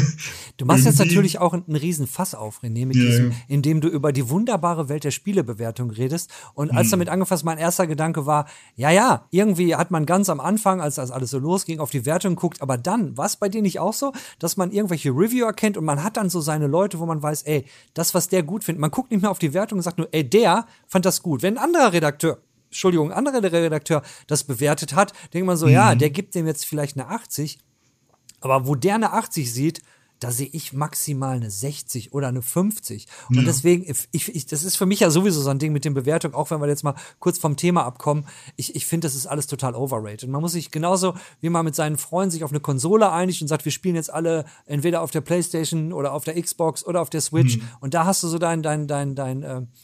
Du machst jetzt natürlich auch einen riesen Fass auf, René, mit ja, diesem, ja. indem du über die wunderbare Welt der Spielebewertung redest. Und als hm. damit angefasst, mein erster Gedanke war, ja, ja, irgendwie hat man ganz am Anfang, als das alles so losging, auf die Wertung geguckt. Aber dann, war es bei dir nicht auch so, dass man irgendwelche Reviewer kennt und man hat dann so seine Leute, wo man weiß, ey, das, was der gut findet. Man guckt nicht mehr auf die Wertung und sagt nur, ey, der fand das gut. Wenn ein anderer Redakteur Entschuldigung, ein anderer Redakteur das bewertet hat, denkt man so, mhm. ja, der gibt dem jetzt vielleicht eine achtzig, aber wo der eine achtzig sieht, da sehe ich maximal eine sechzig oder eine fünfzig. Und ja. deswegen, ich, ich, das ist für mich ja sowieso so ein Ding mit den Bewertungen, auch wenn wir jetzt mal kurz vom Thema abkommen. Ich, ich finde, das ist alles total overrated. Man muss sich genauso, wie man mit seinen Freunden sich auf eine Konsole einigt und sagt, wir spielen jetzt alle entweder auf der PlayStation oder auf der Xbox oder auf der Switch. Mhm. Und da hast du so dein, dein, dein, dein, äh,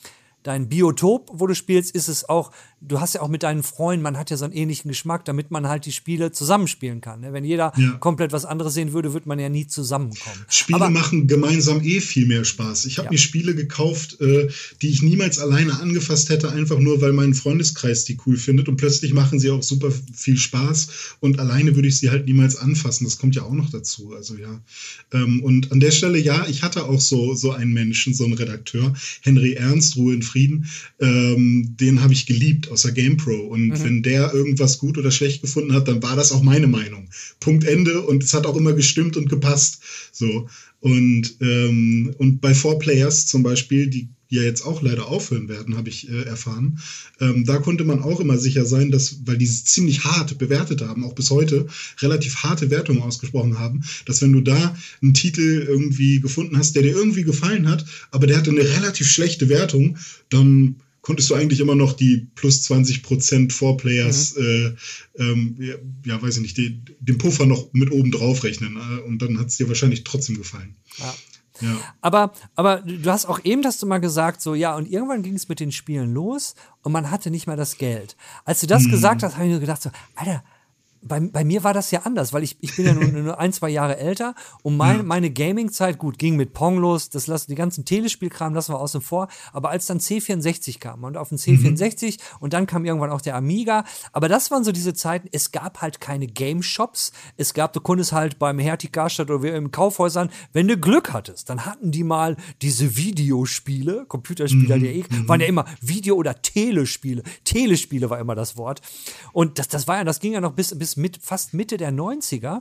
dein Biotop, wo du spielst, ist es auch, du hast ja auch mit deinen Freunden, man hat ja so einen ähnlichen Geschmack, damit man halt die Spiele zusammenspielen kann. Ne? Wenn jeder ja. komplett was anderes sehen würde, würde man ja nie zusammenkommen. Spiele Aber, machen gemeinsam eh viel mehr Spaß. Ich habe ja. mir Spiele gekauft, äh, die ich niemals alleine angefasst hätte, einfach nur, weil mein Freundeskreis die cool findet und plötzlich machen sie auch super viel Spaß und alleine würde ich sie halt niemals anfassen. Das kommt ja auch noch dazu. Also ja. Ähm, und an der Stelle, ja, ich hatte auch so, so einen Menschen, so einen Redakteur, Henry Ernst, Ruhe in Frieden, ähm, den habe ich geliebt aus der GamePro. Und mhm. wenn der irgendwas gut oder schlecht gefunden hat, dann war das auch meine Meinung. Punkt, Ende. Und es hat auch immer gestimmt und gepasst. So. Und, ähm, und bei Four Players zum Beispiel, die ja jetzt auch leider aufhören werden, habe ich äh, erfahren. Ähm, da konnte man auch immer sicher sein, dass, weil die es ziemlich hart bewertet haben, auch bis heute relativ harte Wertungen ausgesprochen haben, dass wenn du da einen Titel irgendwie gefunden hast, der dir irgendwie gefallen hat, aber der hatte eine relativ schlechte Wertung, dann konntest du eigentlich immer noch die plus zwanzig Prozent Four Players, mhm. äh, ähm, ja, ja, weiß ich nicht, die, den Puffer noch mit oben drauf rechnen. Äh, und dann hat es dir wahrscheinlich trotzdem gefallen. Ja. Ja. Aber, aber du hast auch eben, hast du mal gesagt, so, ja, und irgendwann ging es mit den Spielen los und man hatte nicht mehr das Geld. Als du das hm. gesagt hast, habe ich nur gedacht, so, Alter, bei, bei mir war das ja anders, weil ich, ich bin ja nur, nur ein, zwei Jahre älter und mein, ja. meine Gaming-Zeit, gut, ging mit Pong los, das lassen, die ganzen Telespielkram lassen wir außen vor, aber als dann C vierundsechzig kam und auf den C vierundsechzig mhm. und dann kam irgendwann auch der Amiga, aber das waren so diese Zeiten, es gab halt keine Game-Shops, es gab, du konntest halt beim Hertie Karstadt oder in Kaufhäusern, wenn du Glück hattest, dann hatten die mal diese Videospiele, Computerspiele, mhm. die mhm. waren ja immer Video- oder Telespiele, Telespiele war immer das Wort und das, das war ja, das ging ja noch bis, bis mit, fast Mitte der neunziger.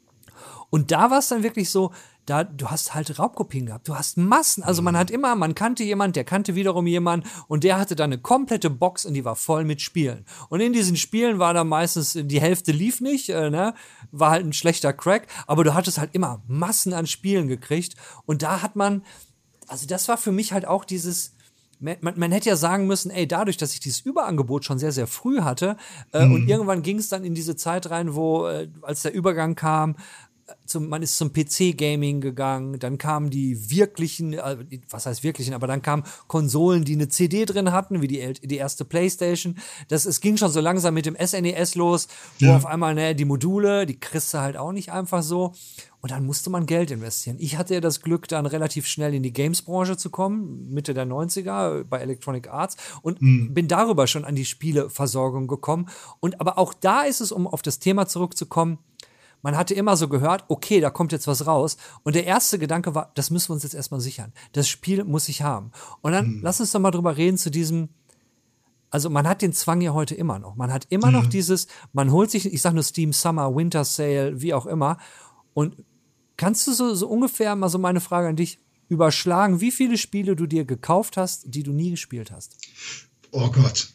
Und da war es dann wirklich so, da, du hast halt Raubkopien gehabt, du hast Massen, also man hat immer, man kannte jemand, der kannte wiederum jemanden und der hatte dann eine komplette Box und die war voll mit Spielen. Und in diesen Spielen war dann meistens, die Hälfte lief nicht, äh, ne, war halt ein schlechter Crack, aber du hattest halt immer Massen an Spielen gekriegt und da hat man, also das war für mich halt auch dieses, Man, man hätte ja sagen müssen, ey, dadurch, dass ich dieses Überangebot schon sehr, sehr früh hatte äh, mhm. und irgendwann ging es dann in diese Zeit rein, wo, äh, als der Übergang kam, zum, man ist zum P C-Gaming gegangen, dann kamen die wirklichen, äh, was heißt wirklichen, aber dann kamen Konsolen, die eine C D drin hatten, wie die, die erste Playstation. Das, es ging schon so langsam mit dem S N E S los, wo ja. auf einmal, ne, die Module, die kriegst du halt auch nicht einfach so. Und dann musste man Geld investieren. Ich hatte ja das Glück, dann relativ schnell in die Games-Branche zu kommen, Mitte der neunziger bei Electronic Arts und mhm. bin darüber schon an die Spieleversorgung gekommen. Und aber auch da ist es, um auf das Thema zurückzukommen, man hatte immer so gehört, okay, da kommt jetzt was raus. Und der erste Gedanke war, das müssen wir uns jetzt erstmal sichern. Das Spiel muss ich haben. Und dann mhm. lass uns doch mal drüber reden zu diesem, also man hat den Zwang ja heute immer noch. Man hat immer mhm. noch dieses, man holt sich, ich sag nur Steam Summer, Winter Sale, wie auch immer. Und kannst du so, so ungefähr mal so meine Frage an dich überschlagen, wie viele Spiele du dir gekauft hast, die du nie gespielt hast? Oh Gott.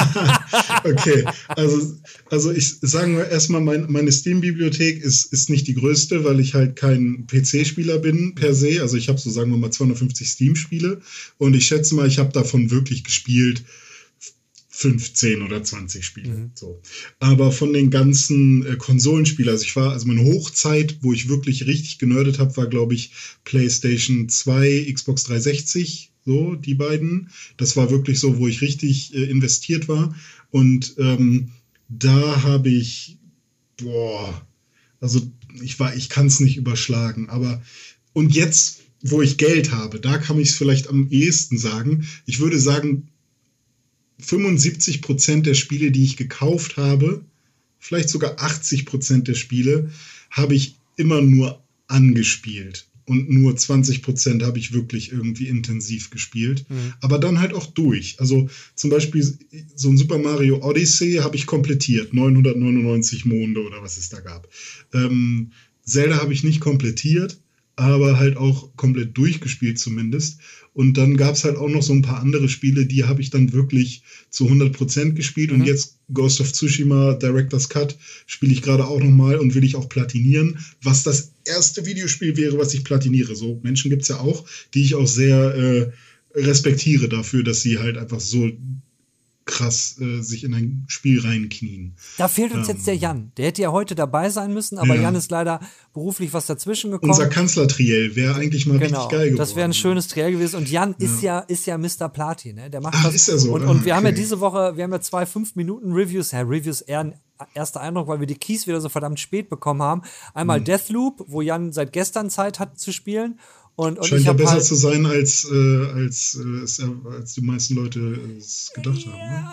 Okay, also, also ich sagen wir erstmal, mein, meine Steam-Bibliothek ist, ist nicht die größte, weil ich halt kein P C-Spieler bin per se. Also ich habe so, sagen wir mal, zweihundertfünfzig Steam-Spiele und ich schätze mal, ich habe davon wirklich gespielt fünfzehn oder zwanzig Spiele. Mhm. So. Aber von den ganzen äh, Konsolenspielen, also ich war, also meine Hochzeit, wo ich wirklich richtig genördet habe, war, glaube ich, PlayStation zwei, Xbox dreihundertsechzig, so, die beiden. Das war wirklich so, wo ich richtig äh, investiert war. Und ähm, da habe ich, boah, also ich war, ich kann es nicht überschlagen, aber und jetzt, wo ich Geld habe, da kann ich es vielleicht am ehesten sagen. Ich würde sagen, fünfundsiebzig Prozent der Spiele, die ich gekauft habe, vielleicht sogar achtzig Prozent der Spiele, habe ich immer nur angespielt. Und nur zwanzig Prozent habe ich wirklich irgendwie intensiv gespielt. Mhm. Aber dann halt auch durch. Also zum Beispiel so ein Super Mario Odyssey habe ich komplettiert. neunhundertneunundneunzig Monde oder was es da gab. Ähm, Zelda habe ich nicht komplettiert, aber halt auch komplett durchgespielt zumindest. Und dann gab es halt auch noch so ein paar andere Spiele, die habe ich dann wirklich zu hundert Prozent gespielt. Mhm. Und jetzt Ghost of Tsushima Director's Cut spiele ich gerade auch nochmal und will ich auch platinieren, was das erste Videospiel wäre, was ich platiniere. So Menschen gibt es ja auch, die ich auch sehr äh, respektiere dafür, dass sie halt einfach so krass äh, sich in ein Spiel reinknien. Da fehlt uns ähm, jetzt der Jan. Der hätte ja heute dabei sein müssen, aber ja. Jan ist leider beruflich was dazwischen gekommen. Unser Kanzler-Triell wäre eigentlich mal genau, richtig geil geworden. Das wäre ein schönes Triell gewesen. Und Jan ja. ist ja ist ja Mister Platin, ne? Der macht Ach, das. Ist ja so. Und, ah, und wir okay. haben ja diese Woche, wir haben ja zwei fünf Minuten Reviews, ja, Reviews eher ein erster Eindruck, weil wir die Keys wieder so verdammt spät bekommen haben. Einmal mhm. Deathloop, wo Jan seit gestern Zeit hat zu spielen. Und, und Scheint ich ja besser halt, zu sein, als, äh, als, äh, als die meisten Leute es gedacht ja, haben. Ne?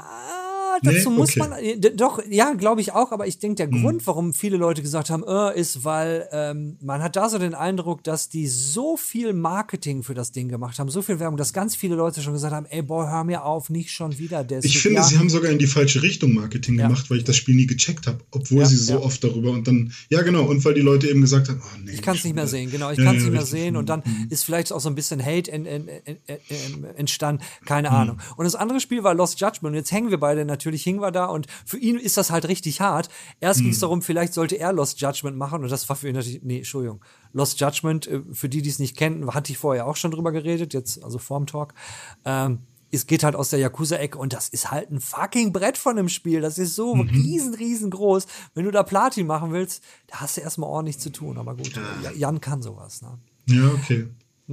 Dazu nee? muss okay. man, d- doch, ja, glaube ich auch, aber ich denke, der Mhm. Grund, warum viele Leute gesagt haben, äh, ist, weil ähm, man hat da so den Eindruck, dass die so viel Marketing für das Ding gemacht haben, so viel Werbung, dass ganz viele Leute schon gesagt haben, ey, boy, hör mir auf, nicht schon wieder das. Ich finde, ja. sie haben sogar in die falsche Richtung Marketing Ja. gemacht, weil ich das Spiel nie gecheckt habe, obwohl Ja, sie so ja. oft darüber und dann, ja genau, und weil die Leute eben gesagt haben, oh nee. Ich kann es nicht mehr wieder. sehen, genau, ich Ja, kann es ja, nicht mehr richtig. sehen und dann Mhm. ist vielleicht auch so ein bisschen Hate en, en, en, en, en, entstanden, keine Ahnung. Und das andere Spiel war Lost Judgment und jetzt hängen wir beide, natürlich hingen wir da und für ihn ist das halt richtig hart. Erst ging es darum, vielleicht sollte er Lost Judgment machen und das war für ihn natürlich, nee, Entschuldigung, Lost Judgment, äh, für die, die es nicht kennen, hatte ich vorher auch schon drüber geredet, jetzt also vorm Talk, ähm, es geht halt aus der Yakuza-Ecke und das ist halt ein fucking Brett von einem Spiel. Das ist so mhm. riesen, riesengroß. Wenn du da Platin machen willst, da hast du erstmal ordentlich zu tun. Aber gut, ja. Jan kann sowas. Ne? Ja, okay.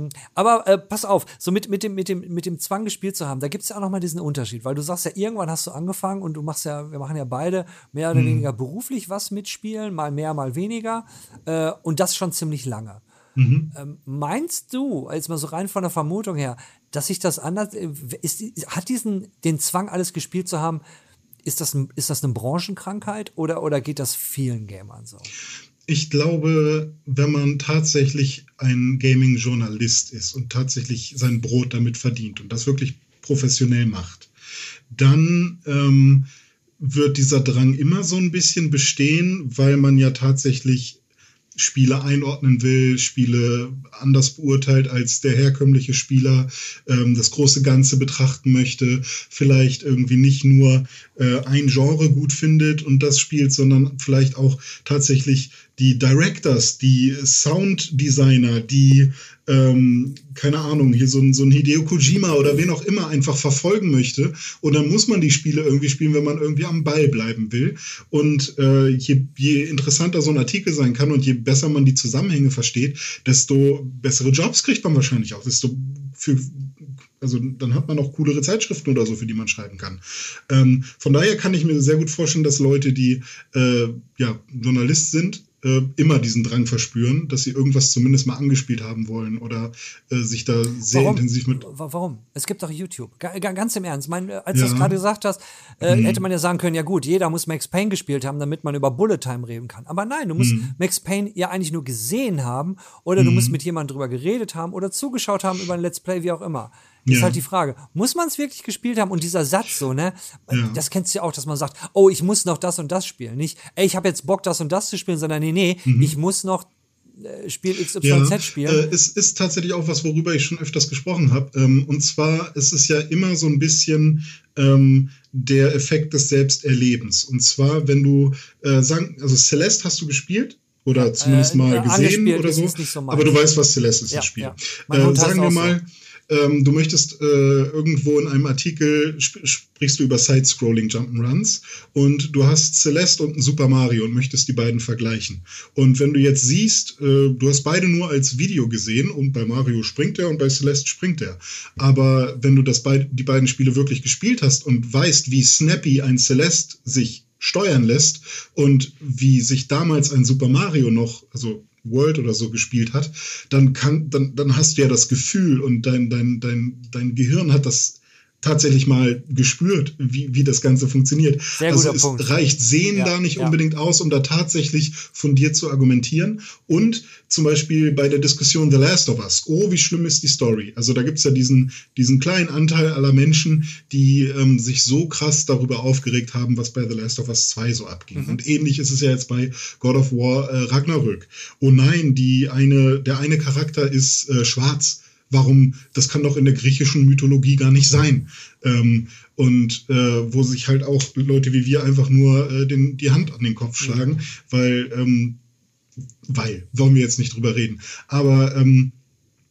Aber äh, pass auf, so mit, mit, dem, mit, dem, mit dem Zwang gespielt zu haben, da gibt es ja auch nochmal diesen Unterschied, weil du sagst ja, irgendwann hast du angefangen und du machst ja, wir machen ja beide mehr oder mhm. weniger beruflich was mitspielen, mal mehr, mal weniger äh, und das schon ziemlich lange. Mhm. Ähm, meinst du, jetzt mal so rein von der Vermutung her, dass sich das anders, ist, hat diesen, den Zwang, alles gespielt zu haben, ist das, ist das eine Branchenkrankheit oder, oder geht das vielen Gamern so? Ich glaube, wenn man tatsächlich ein Gaming-Journalist ist und tatsächlich sein Brot damit verdient und das wirklich professionell macht, dann ähm, wird dieser Drang immer so ein bisschen bestehen, weil man ja tatsächlich Spiele einordnen will, Spiele anders beurteilt als der herkömmliche Spieler, ähm, das große Ganze betrachten möchte, vielleicht irgendwie nicht nur äh, ein Genre gut findet und das spielt, sondern vielleicht auch tatsächlich die Directors, die Sounddesigner, die, ähm, keine Ahnung, hier so ein, so ein Hideo Kojima oder wen auch immer einfach verfolgen möchte. Und dann muss man die Spiele irgendwie spielen, wenn man irgendwie am Ball bleiben will. Und äh, je, je interessanter so ein Artikel sein kann und je besser man die Zusammenhänge versteht, desto bessere Jobs kriegt man wahrscheinlich auch. Desto für Also dann hat man auch coolere Zeitschriften oder so, für die man schreiben kann. Ähm, von daher kann ich mir sehr gut vorstellen, dass Leute, die äh, ja, Journalist sind, äh, immer diesen Drang verspüren, dass sie irgendwas zumindest mal angespielt haben wollen oder äh, sich da sehr Warum? intensiv mit... Warum? Es gibt doch YouTube. G ganz im Ernst. Mein, als Ja. du das gerade gesagt hast, äh, Mhm. hätte man ja sagen können, ja gut, jeder muss Max Payne gespielt haben, damit man über Bullet Time reden kann. Aber nein, du musst Mhm. Max Payne ja eigentlich nur gesehen haben oder du musst mit jemandem drüber geredet haben oder zugeschaut haben über ein Let's Play, wie auch immer. Ist Ja. halt die Frage, muss man es wirklich gespielt haben? Und dieser Satz so, ne, Ja. das kennst du ja auch, dass man sagt, oh, ich muss noch das und das spielen. Nicht, ey, ich habe jetzt Bock, das und das zu spielen, sondern nee, nee, Mhm. ich muss noch äh, Spiel X Ja, Y Z spielen. äh, es ist tatsächlich auch was, worüber ich schon öfters gesprochen habe. Ähm, und zwar ist es ja immer so ein bisschen ähm, der Effekt des Selbsterlebens. Und zwar, wenn du äh, sagen, also Celeste hast du gespielt? Oder zumindest äh, mal äh, gesehen angespielt, oder ist- so. ist nicht so meins. Aber du weißt, was Celeste ist, Ja, das Spiel. ja. Mein Äh, Hund heißt sagen wir auch so. mal, ähm, du möchtest äh, irgendwo in einem Artikel sp sprichst du über Side-Scrolling Jump'n'Runs und du hast Celeste und ein Super Mario und möchtest die beiden vergleichen. Und wenn du jetzt siehst, äh, du hast beide nur als Video gesehen und bei Mario springt er und bei Celeste springt er. Aber wenn du das beid die beiden Spiele wirklich gespielt hast und weißt, wie snappy ein Celeste sich steuern lässt und wie sich damals ein Super Mario noch, also World oder so gespielt hat, dann kann, dann, dann hast du ja das Gefühl und dein, dein, dein, dein Gehirn hat das tatsächlich mal gespürt, wie, wie das Ganze funktioniert. Sehr also guter es Punkt. reicht Sehen Ja, da nicht ja. unbedingt aus, um da tatsächlich fundiert zu argumentieren. Und zum Beispiel bei der Diskussion The Last of Us. Oh, wie schlimm ist die Story? Also da gibt's ja diesen, diesen kleinen Anteil aller Menschen, die ähm, sich so krass darüber aufgeregt haben, was bei The Last of Us zwei so abging. Mhm. Und ähnlich ist es ja jetzt bei God of War äh, Ragnarök. Oh nein, die eine, der eine Charakter ist äh, schwarz. Warum? Das kann doch in der griechischen Mythologie gar nicht sein. Ähm, und äh, wo sich halt auch Leute wie wir einfach nur äh, den, die Hand an den Kopf schlagen, mhm. weil, ähm, weil, wollen wir jetzt nicht drüber reden. Aber ähm,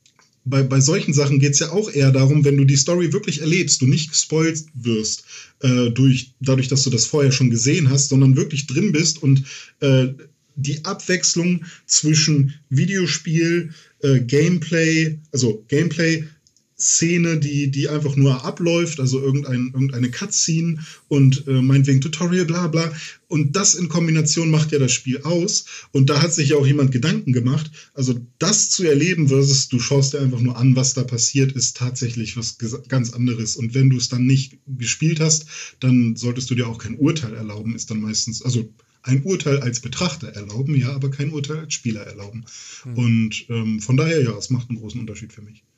bei, bei solchen Sachen geht es ja auch eher darum, wenn du die Story wirklich erlebst, du nicht gespoilt wirst, äh, durch, dadurch, dass du das vorher schon gesehen hast, sondern wirklich drin bist und äh, die Abwechslung zwischen Videospiel, äh, Gameplay, also Gameplay, Szene, die, die einfach nur abläuft, also irgendein, irgendeine Cutscene und äh, meinetwegen Tutorial, bla bla. Und das in Kombination macht ja das Spiel aus. Und da hat sich ja auch jemand Gedanken gemacht. Also das zu erleben versus du schaust dir einfach nur an, was da passiert, ist tatsächlich was ganz anderes. Und wenn du es dann nicht gespielt hast, dann solltest du dir auch kein Urteil erlauben, ist dann meistens, also ein Urteil als Betrachter erlauben, ja, aber kein Urteil als Spieler erlauben. Mhm. Und ähm, von daher, ja, es macht einen großen Unterschied für mich.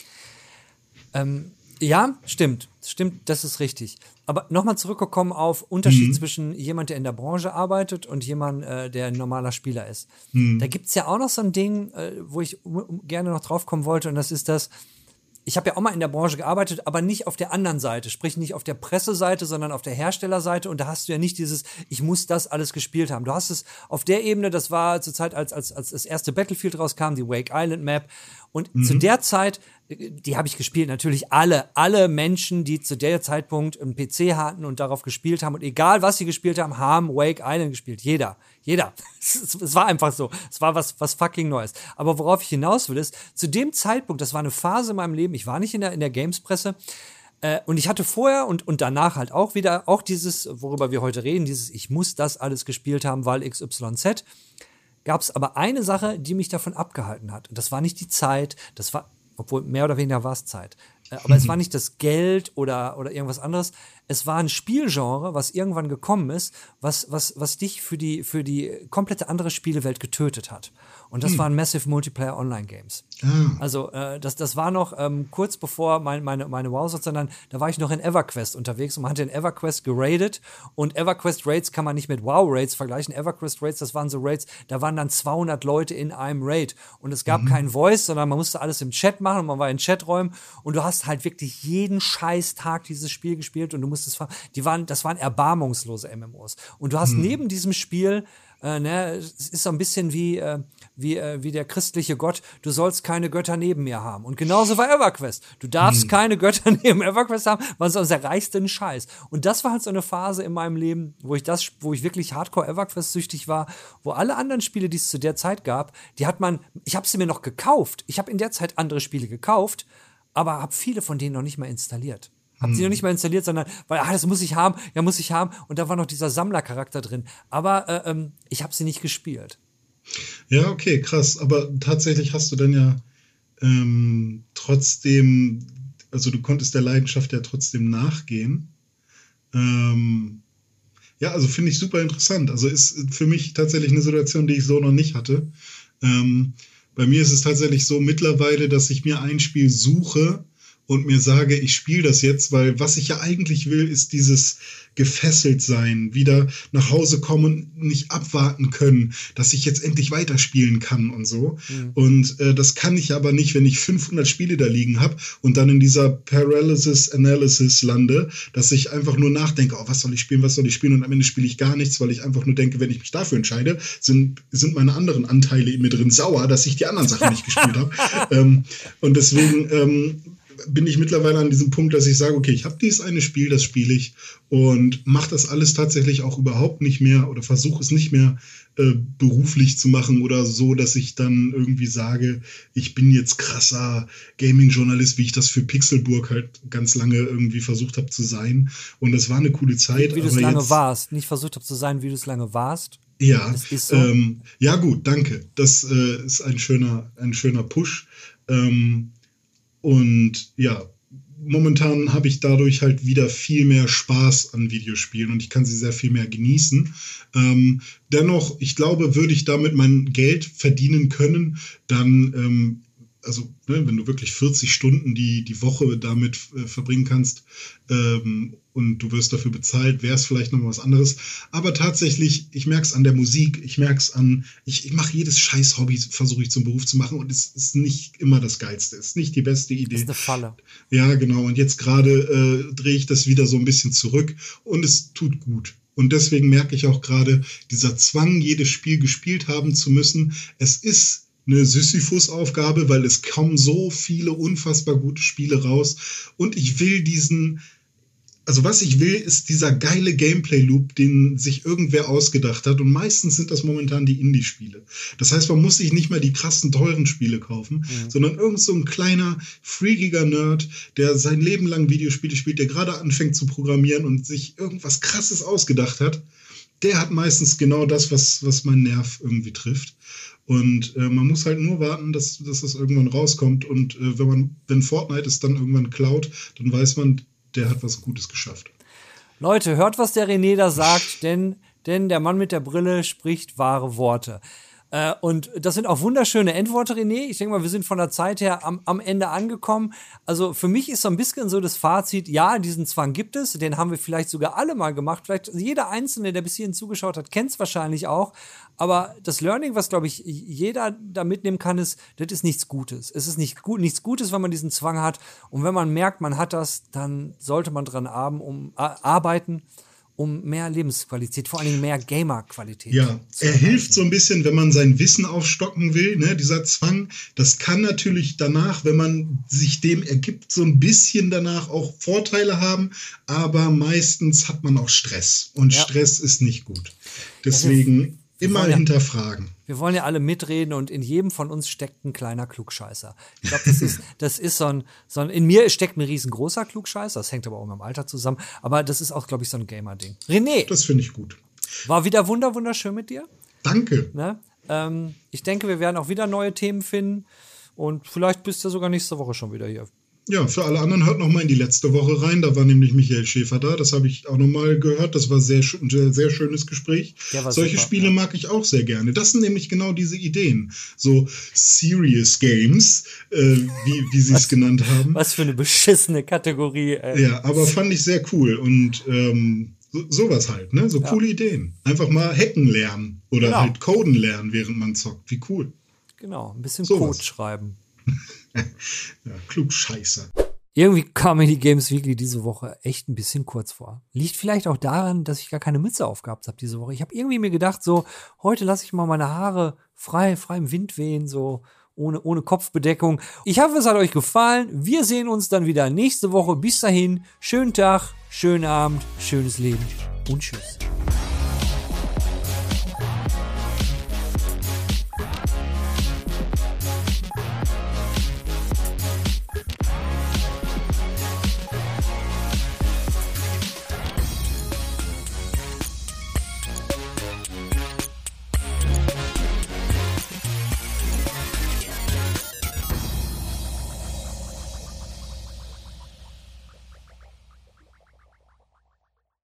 Ähm, ja, stimmt. Stimmt, das ist richtig. Aber nochmal zurückgekommen auf Unterschied mhm. zwischen jemand, der in der Branche arbeitet und jemand, äh, der ein normaler Spieler ist. Mhm. Da gibt es ja auch noch so ein Ding, äh, wo ich um, gerne noch drauf kommen wollte, und das ist das, ich habe ja auch mal in der Branche gearbeitet, aber nicht auf der anderen Seite, sprich nicht auf der Presseseite, sondern auf der Herstellerseite, und da hast du ja nicht dieses, ich muss das alles gespielt haben. Du hast es auf der Ebene, das war zur Zeit, als, als, als das erste Battlefield rauskam, die Wake Island Map, und mhm. zu der Zeit, die habe ich gespielt, natürlich alle, alle Menschen, die zu der Zeitpunkt einen P C hatten und darauf gespielt haben, und egal was sie gespielt haben, haben Wake Island gespielt. Jeder, jeder. Es, es war einfach so. Es war was, was fucking Neues. Aber worauf ich hinaus will, ist, zu dem Zeitpunkt, das war eine Phase in meinem Leben, ich war nicht in der, in der Games-Presse, äh, und ich hatte vorher und, und danach halt auch wieder, auch dieses, worüber wir heute reden, dieses, ich muss das alles gespielt haben, weil X Y Z, gab es aber eine Sache, die mich davon abgehalten hat. Und das war nicht die Zeit, das war, obwohl mehr oder weniger war es Zeit. Aber mhm. es war nicht das Geld oder, oder irgendwas anderes. Es war ein Spielgenre, was irgendwann gekommen ist, was, was, was dich für die, für die komplette andere Spielewelt getötet hat. Und das mhm. waren Massive Multiplayer Online Games. Ah. Also äh, das, das war noch ähm, kurz bevor mein, meine, meine WoW, sondern da war ich noch in EverQuest unterwegs und man hatte in EverQuest geradet, und EverQuest Raids kann man nicht mit WoW Raids vergleichen. EverQuest Raids, das waren so Raids, da waren dann zweihundert Leute in einem Raid, und es gab mhm. kein Voice, sondern man musste alles im Chat machen, und man war in Chaträumen, und du hast halt wirklich jeden scheiß Tag dieses Spiel gespielt, und du musstest, die waren, das waren erbarmungslose M M Os. Und du hast mhm. neben diesem Spiel, äh, ne, es ist so ein bisschen wie, äh, wie, äh, wie der christliche Gott, du sollst keine Götter neben mir haben. Und genauso war EverQuest. Du darfst mhm. keine Götter neben EverQuest haben, weil sonst erreichst du einen Scheiß. Und das war halt so eine Phase in meinem Leben, wo ich das, wo ich wirklich Hardcore EverQuest-süchtig war, wo alle anderen Spiele, die es zu der Zeit gab, die hat man, ich habe sie mir noch gekauft. Ich habe in der Zeit andere Spiele gekauft, aber habe viele von denen noch nicht mal installiert. Hab sie noch nicht mal installiert, sondern, weil, ah, das muss ich haben, ja, muss ich haben. Und da war noch dieser Sammlercharakter drin. Aber äh, ähm, ich habe sie nicht gespielt. Ja, okay, krass. Aber tatsächlich hast du dann ja ähm, trotzdem, also du konntest der Leidenschaft ja trotzdem nachgehen. Ähm, ja, also finde ich super interessant. Also ist für mich tatsächlich eine Situation, die ich so noch nicht hatte. Ähm, bei mir ist es tatsächlich so mittlerweile, dass ich mir ein Spiel suche und mir sage, ich spiele das jetzt, weil was ich ja eigentlich will, ist dieses gefesselt sein, wieder nach Hause kommen und nicht abwarten können, dass ich jetzt endlich weiterspielen kann und so. Mhm. Und äh, das kann ich aber nicht, wenn ich fünfhundert Spiele da liegen habe und dann in dieser Paralysis Analysis lande, dass ich einfach nur nachdenke, oh, was soll ich spielen, was soll ich spielen, und am Ende spiele ich gar nichts, weil ich einfach nur denke, wenn ich mich dafür entscheide, sind, sind meine anderen Anteile in mir drin sauer, dass ich die anderen Sachen nicht gespielt habe. ähm, und deswegen ähm, bin ich mittlerweile an diesem Punkt, dass ich sage, okay, ich habe dieses eine Spiel, das spiele ich, und mache das alles tatsächlich auch überhaupt nicht mehr oder versuche es nicht mehr äh, beruflich zu machen oder so, dass ich dann irgendwie sage, ich bin jetzt krasser Gaming-Journalist, wie ich das für Pixelburg halt ganz lange irgendwie versucht habe zu sein. Und das war eine coole Zeit. Wie, wie du es lange jetzt warst, nicht versucht habe zu sein, wie du es lange warst. Ja, so. ähm, ja gut, danke. Das äh, ist ein schöner, ein schöner Push. Ähm, Und ja, momentan habe ich dadurch halt wieder viel mehr Spaß an Videospielen und ich kann sie sehr viel mehr genießen. Ähm, dennoch, ich glaube, würde ich damit mein Geld verdienen können, dann, ähm, also ne, wenn du wirklich vierzig Stunden die, die Woche damit äh, verbringen kannst ähm, und du wirst dafür bezahlt, wäre es vielleicht noch was anderes. Aber tatsächlich, ich merke es an der Musik, ich merke es an, ich, ich mache jedes scheiß Hobby, versuche ich zum Beruf zu machen, und es ist nicht immer das Geilste, es ist nicht die beste Idee. Das ist eine Falle. Ja, genau. Und jetzt gerade äh, drehe ich das wieder so ein bisschen zurück und es tut gut. Und deswegen merke ich auch gerade, dieser Zwang, jedes Spiel gespielt haben zu müssen, es ist eine Sisyphus-Aufgabe, weil es kommen so viele unfassbar gute Spiele raus. Und ich will diesen, also was ich will, ist dieser geile Gameplay-Loop, den sich irgendwer ausgedacht hat. Und meistens sind das momentan die Indie-Spiele. Das heißt, man muss sich nicht mal die krassen, teuren Spiele kaufen, mhm. sondern irgend so ein kleiner, freakiger Nerd, der sein Leben lang Videospiele spielt, der gerade anfängt zu programmieren und sich irgendwas Krasses ausgedacht hat. Der hat meistens genau das, was, was meinen Nerv irgendwie trifft. Und äh, man muss halt nur warten, dass, dass das irgendwann rauskommt. Und äh, wenn man, wenn Fortnite es dann irgendwann klaut, dann weiß man, der hat was Gutes geschafft. Leute, hört, was der René da sagt, denn, denn der Mann mit der Brille spricht wahre Worte. Äh, und das sind auch wunderschöne Endworte, René. Ich denke mal, wir sind von der Zeit her am, am Ende angekommen. Also für mich ist so ein bisschen so das Fazit, ja, diesen Zwang gibt es, den haben wir vielleicht sogar alle mal gemacht. Vielleicht jeder Einzelne, der bis hierhin zugeschaut hat, kennt es wahrscheinlich auch. Aber das Learning, was, glaube ich, jeder da mitnehmen kann, ist, das ist nichts Gutes. Es ist nicht gut, nichts Gutes, wenn man diesen Zwang hat. Und wenn man merkt, man hat das, dann sollte man dran arbeiten, um, äh, arbeiten, um mehr Lebensqualität, vor allen Dingen mehr Gamer-Qualität. Ja, er erreichen. hilft so ein bisschen, wenn man sein Wissen aufstocken will, ne, dieser Zwang. Das kann natürlich danach, wenn man sich dem ergibt, so ein bisschen danach auch Vorteile haben, aber meistens hat man auch Stress und ja. Stress ist nicht gut. Deswegen Wir immer ja, hinterfragen. Wir wollen ja alle mitreden und in jedem von uns steckt ein kleiner Klugscheißer. Ich glaube, das ist, das ist so ein, so ein, in mir steckt ein riesengroßer Klugscheißer, das hängt aber auch mit dem Alter zusammen, aber das ist auch, glaube ich, so ein Gamer-Ding. René. Das finde ich gut. War wieder wunder, wunderschön mit dir. Danke. Ne? Ähm, ich denke, wir werden auch wieder neue Themen finden und vielleicht bist du sogar nächste Woche schon wieder hier. Ja, für alle anderen hört noch mal in die letzte Woche rein. Da war nämlich Michael Schäfer da. Das habe ich auch noch mal gehört. Das war sehr, ein sehr, sehr schönes Gespräch. Solche super, Spiele ja. mag ich auch sehr gerne. Das sind nämlich genau diese Ideen. So Serious Games, äh, wie, wie sie es genannt haben. Was für eine beschissene Kategorie. Ey. Ja, aber fand ich sehr cool. Und ähm, so, sowas halt, ne? So ja. coole Ideen. Einfach mal hacken lernen oder genau. halt coden lernen, während man zockt. Wie cool. Genau, ein bisschen sowas. Code schreiben. Ja, Klugscheißer. Irgendwie kam mir die Games Weekly diese Woche echt ein bisschen kurz vor. Liegt vielleicht auch daran, dass ich gar keine Mütze aufgehabt habe diese Woche. Ich habe irgendwie mir gedacht, so, heute lasse ich mal meine Haare frei, frei im Wind wehen, so ohne, ohne Kopfbedeckung. Ich hoffe, es hat euch gefallen. Wir sehen uns dann wieder nächste Woche. Bis dahin, schönen Tag, schönen Abend, schönes Leben und tschüss.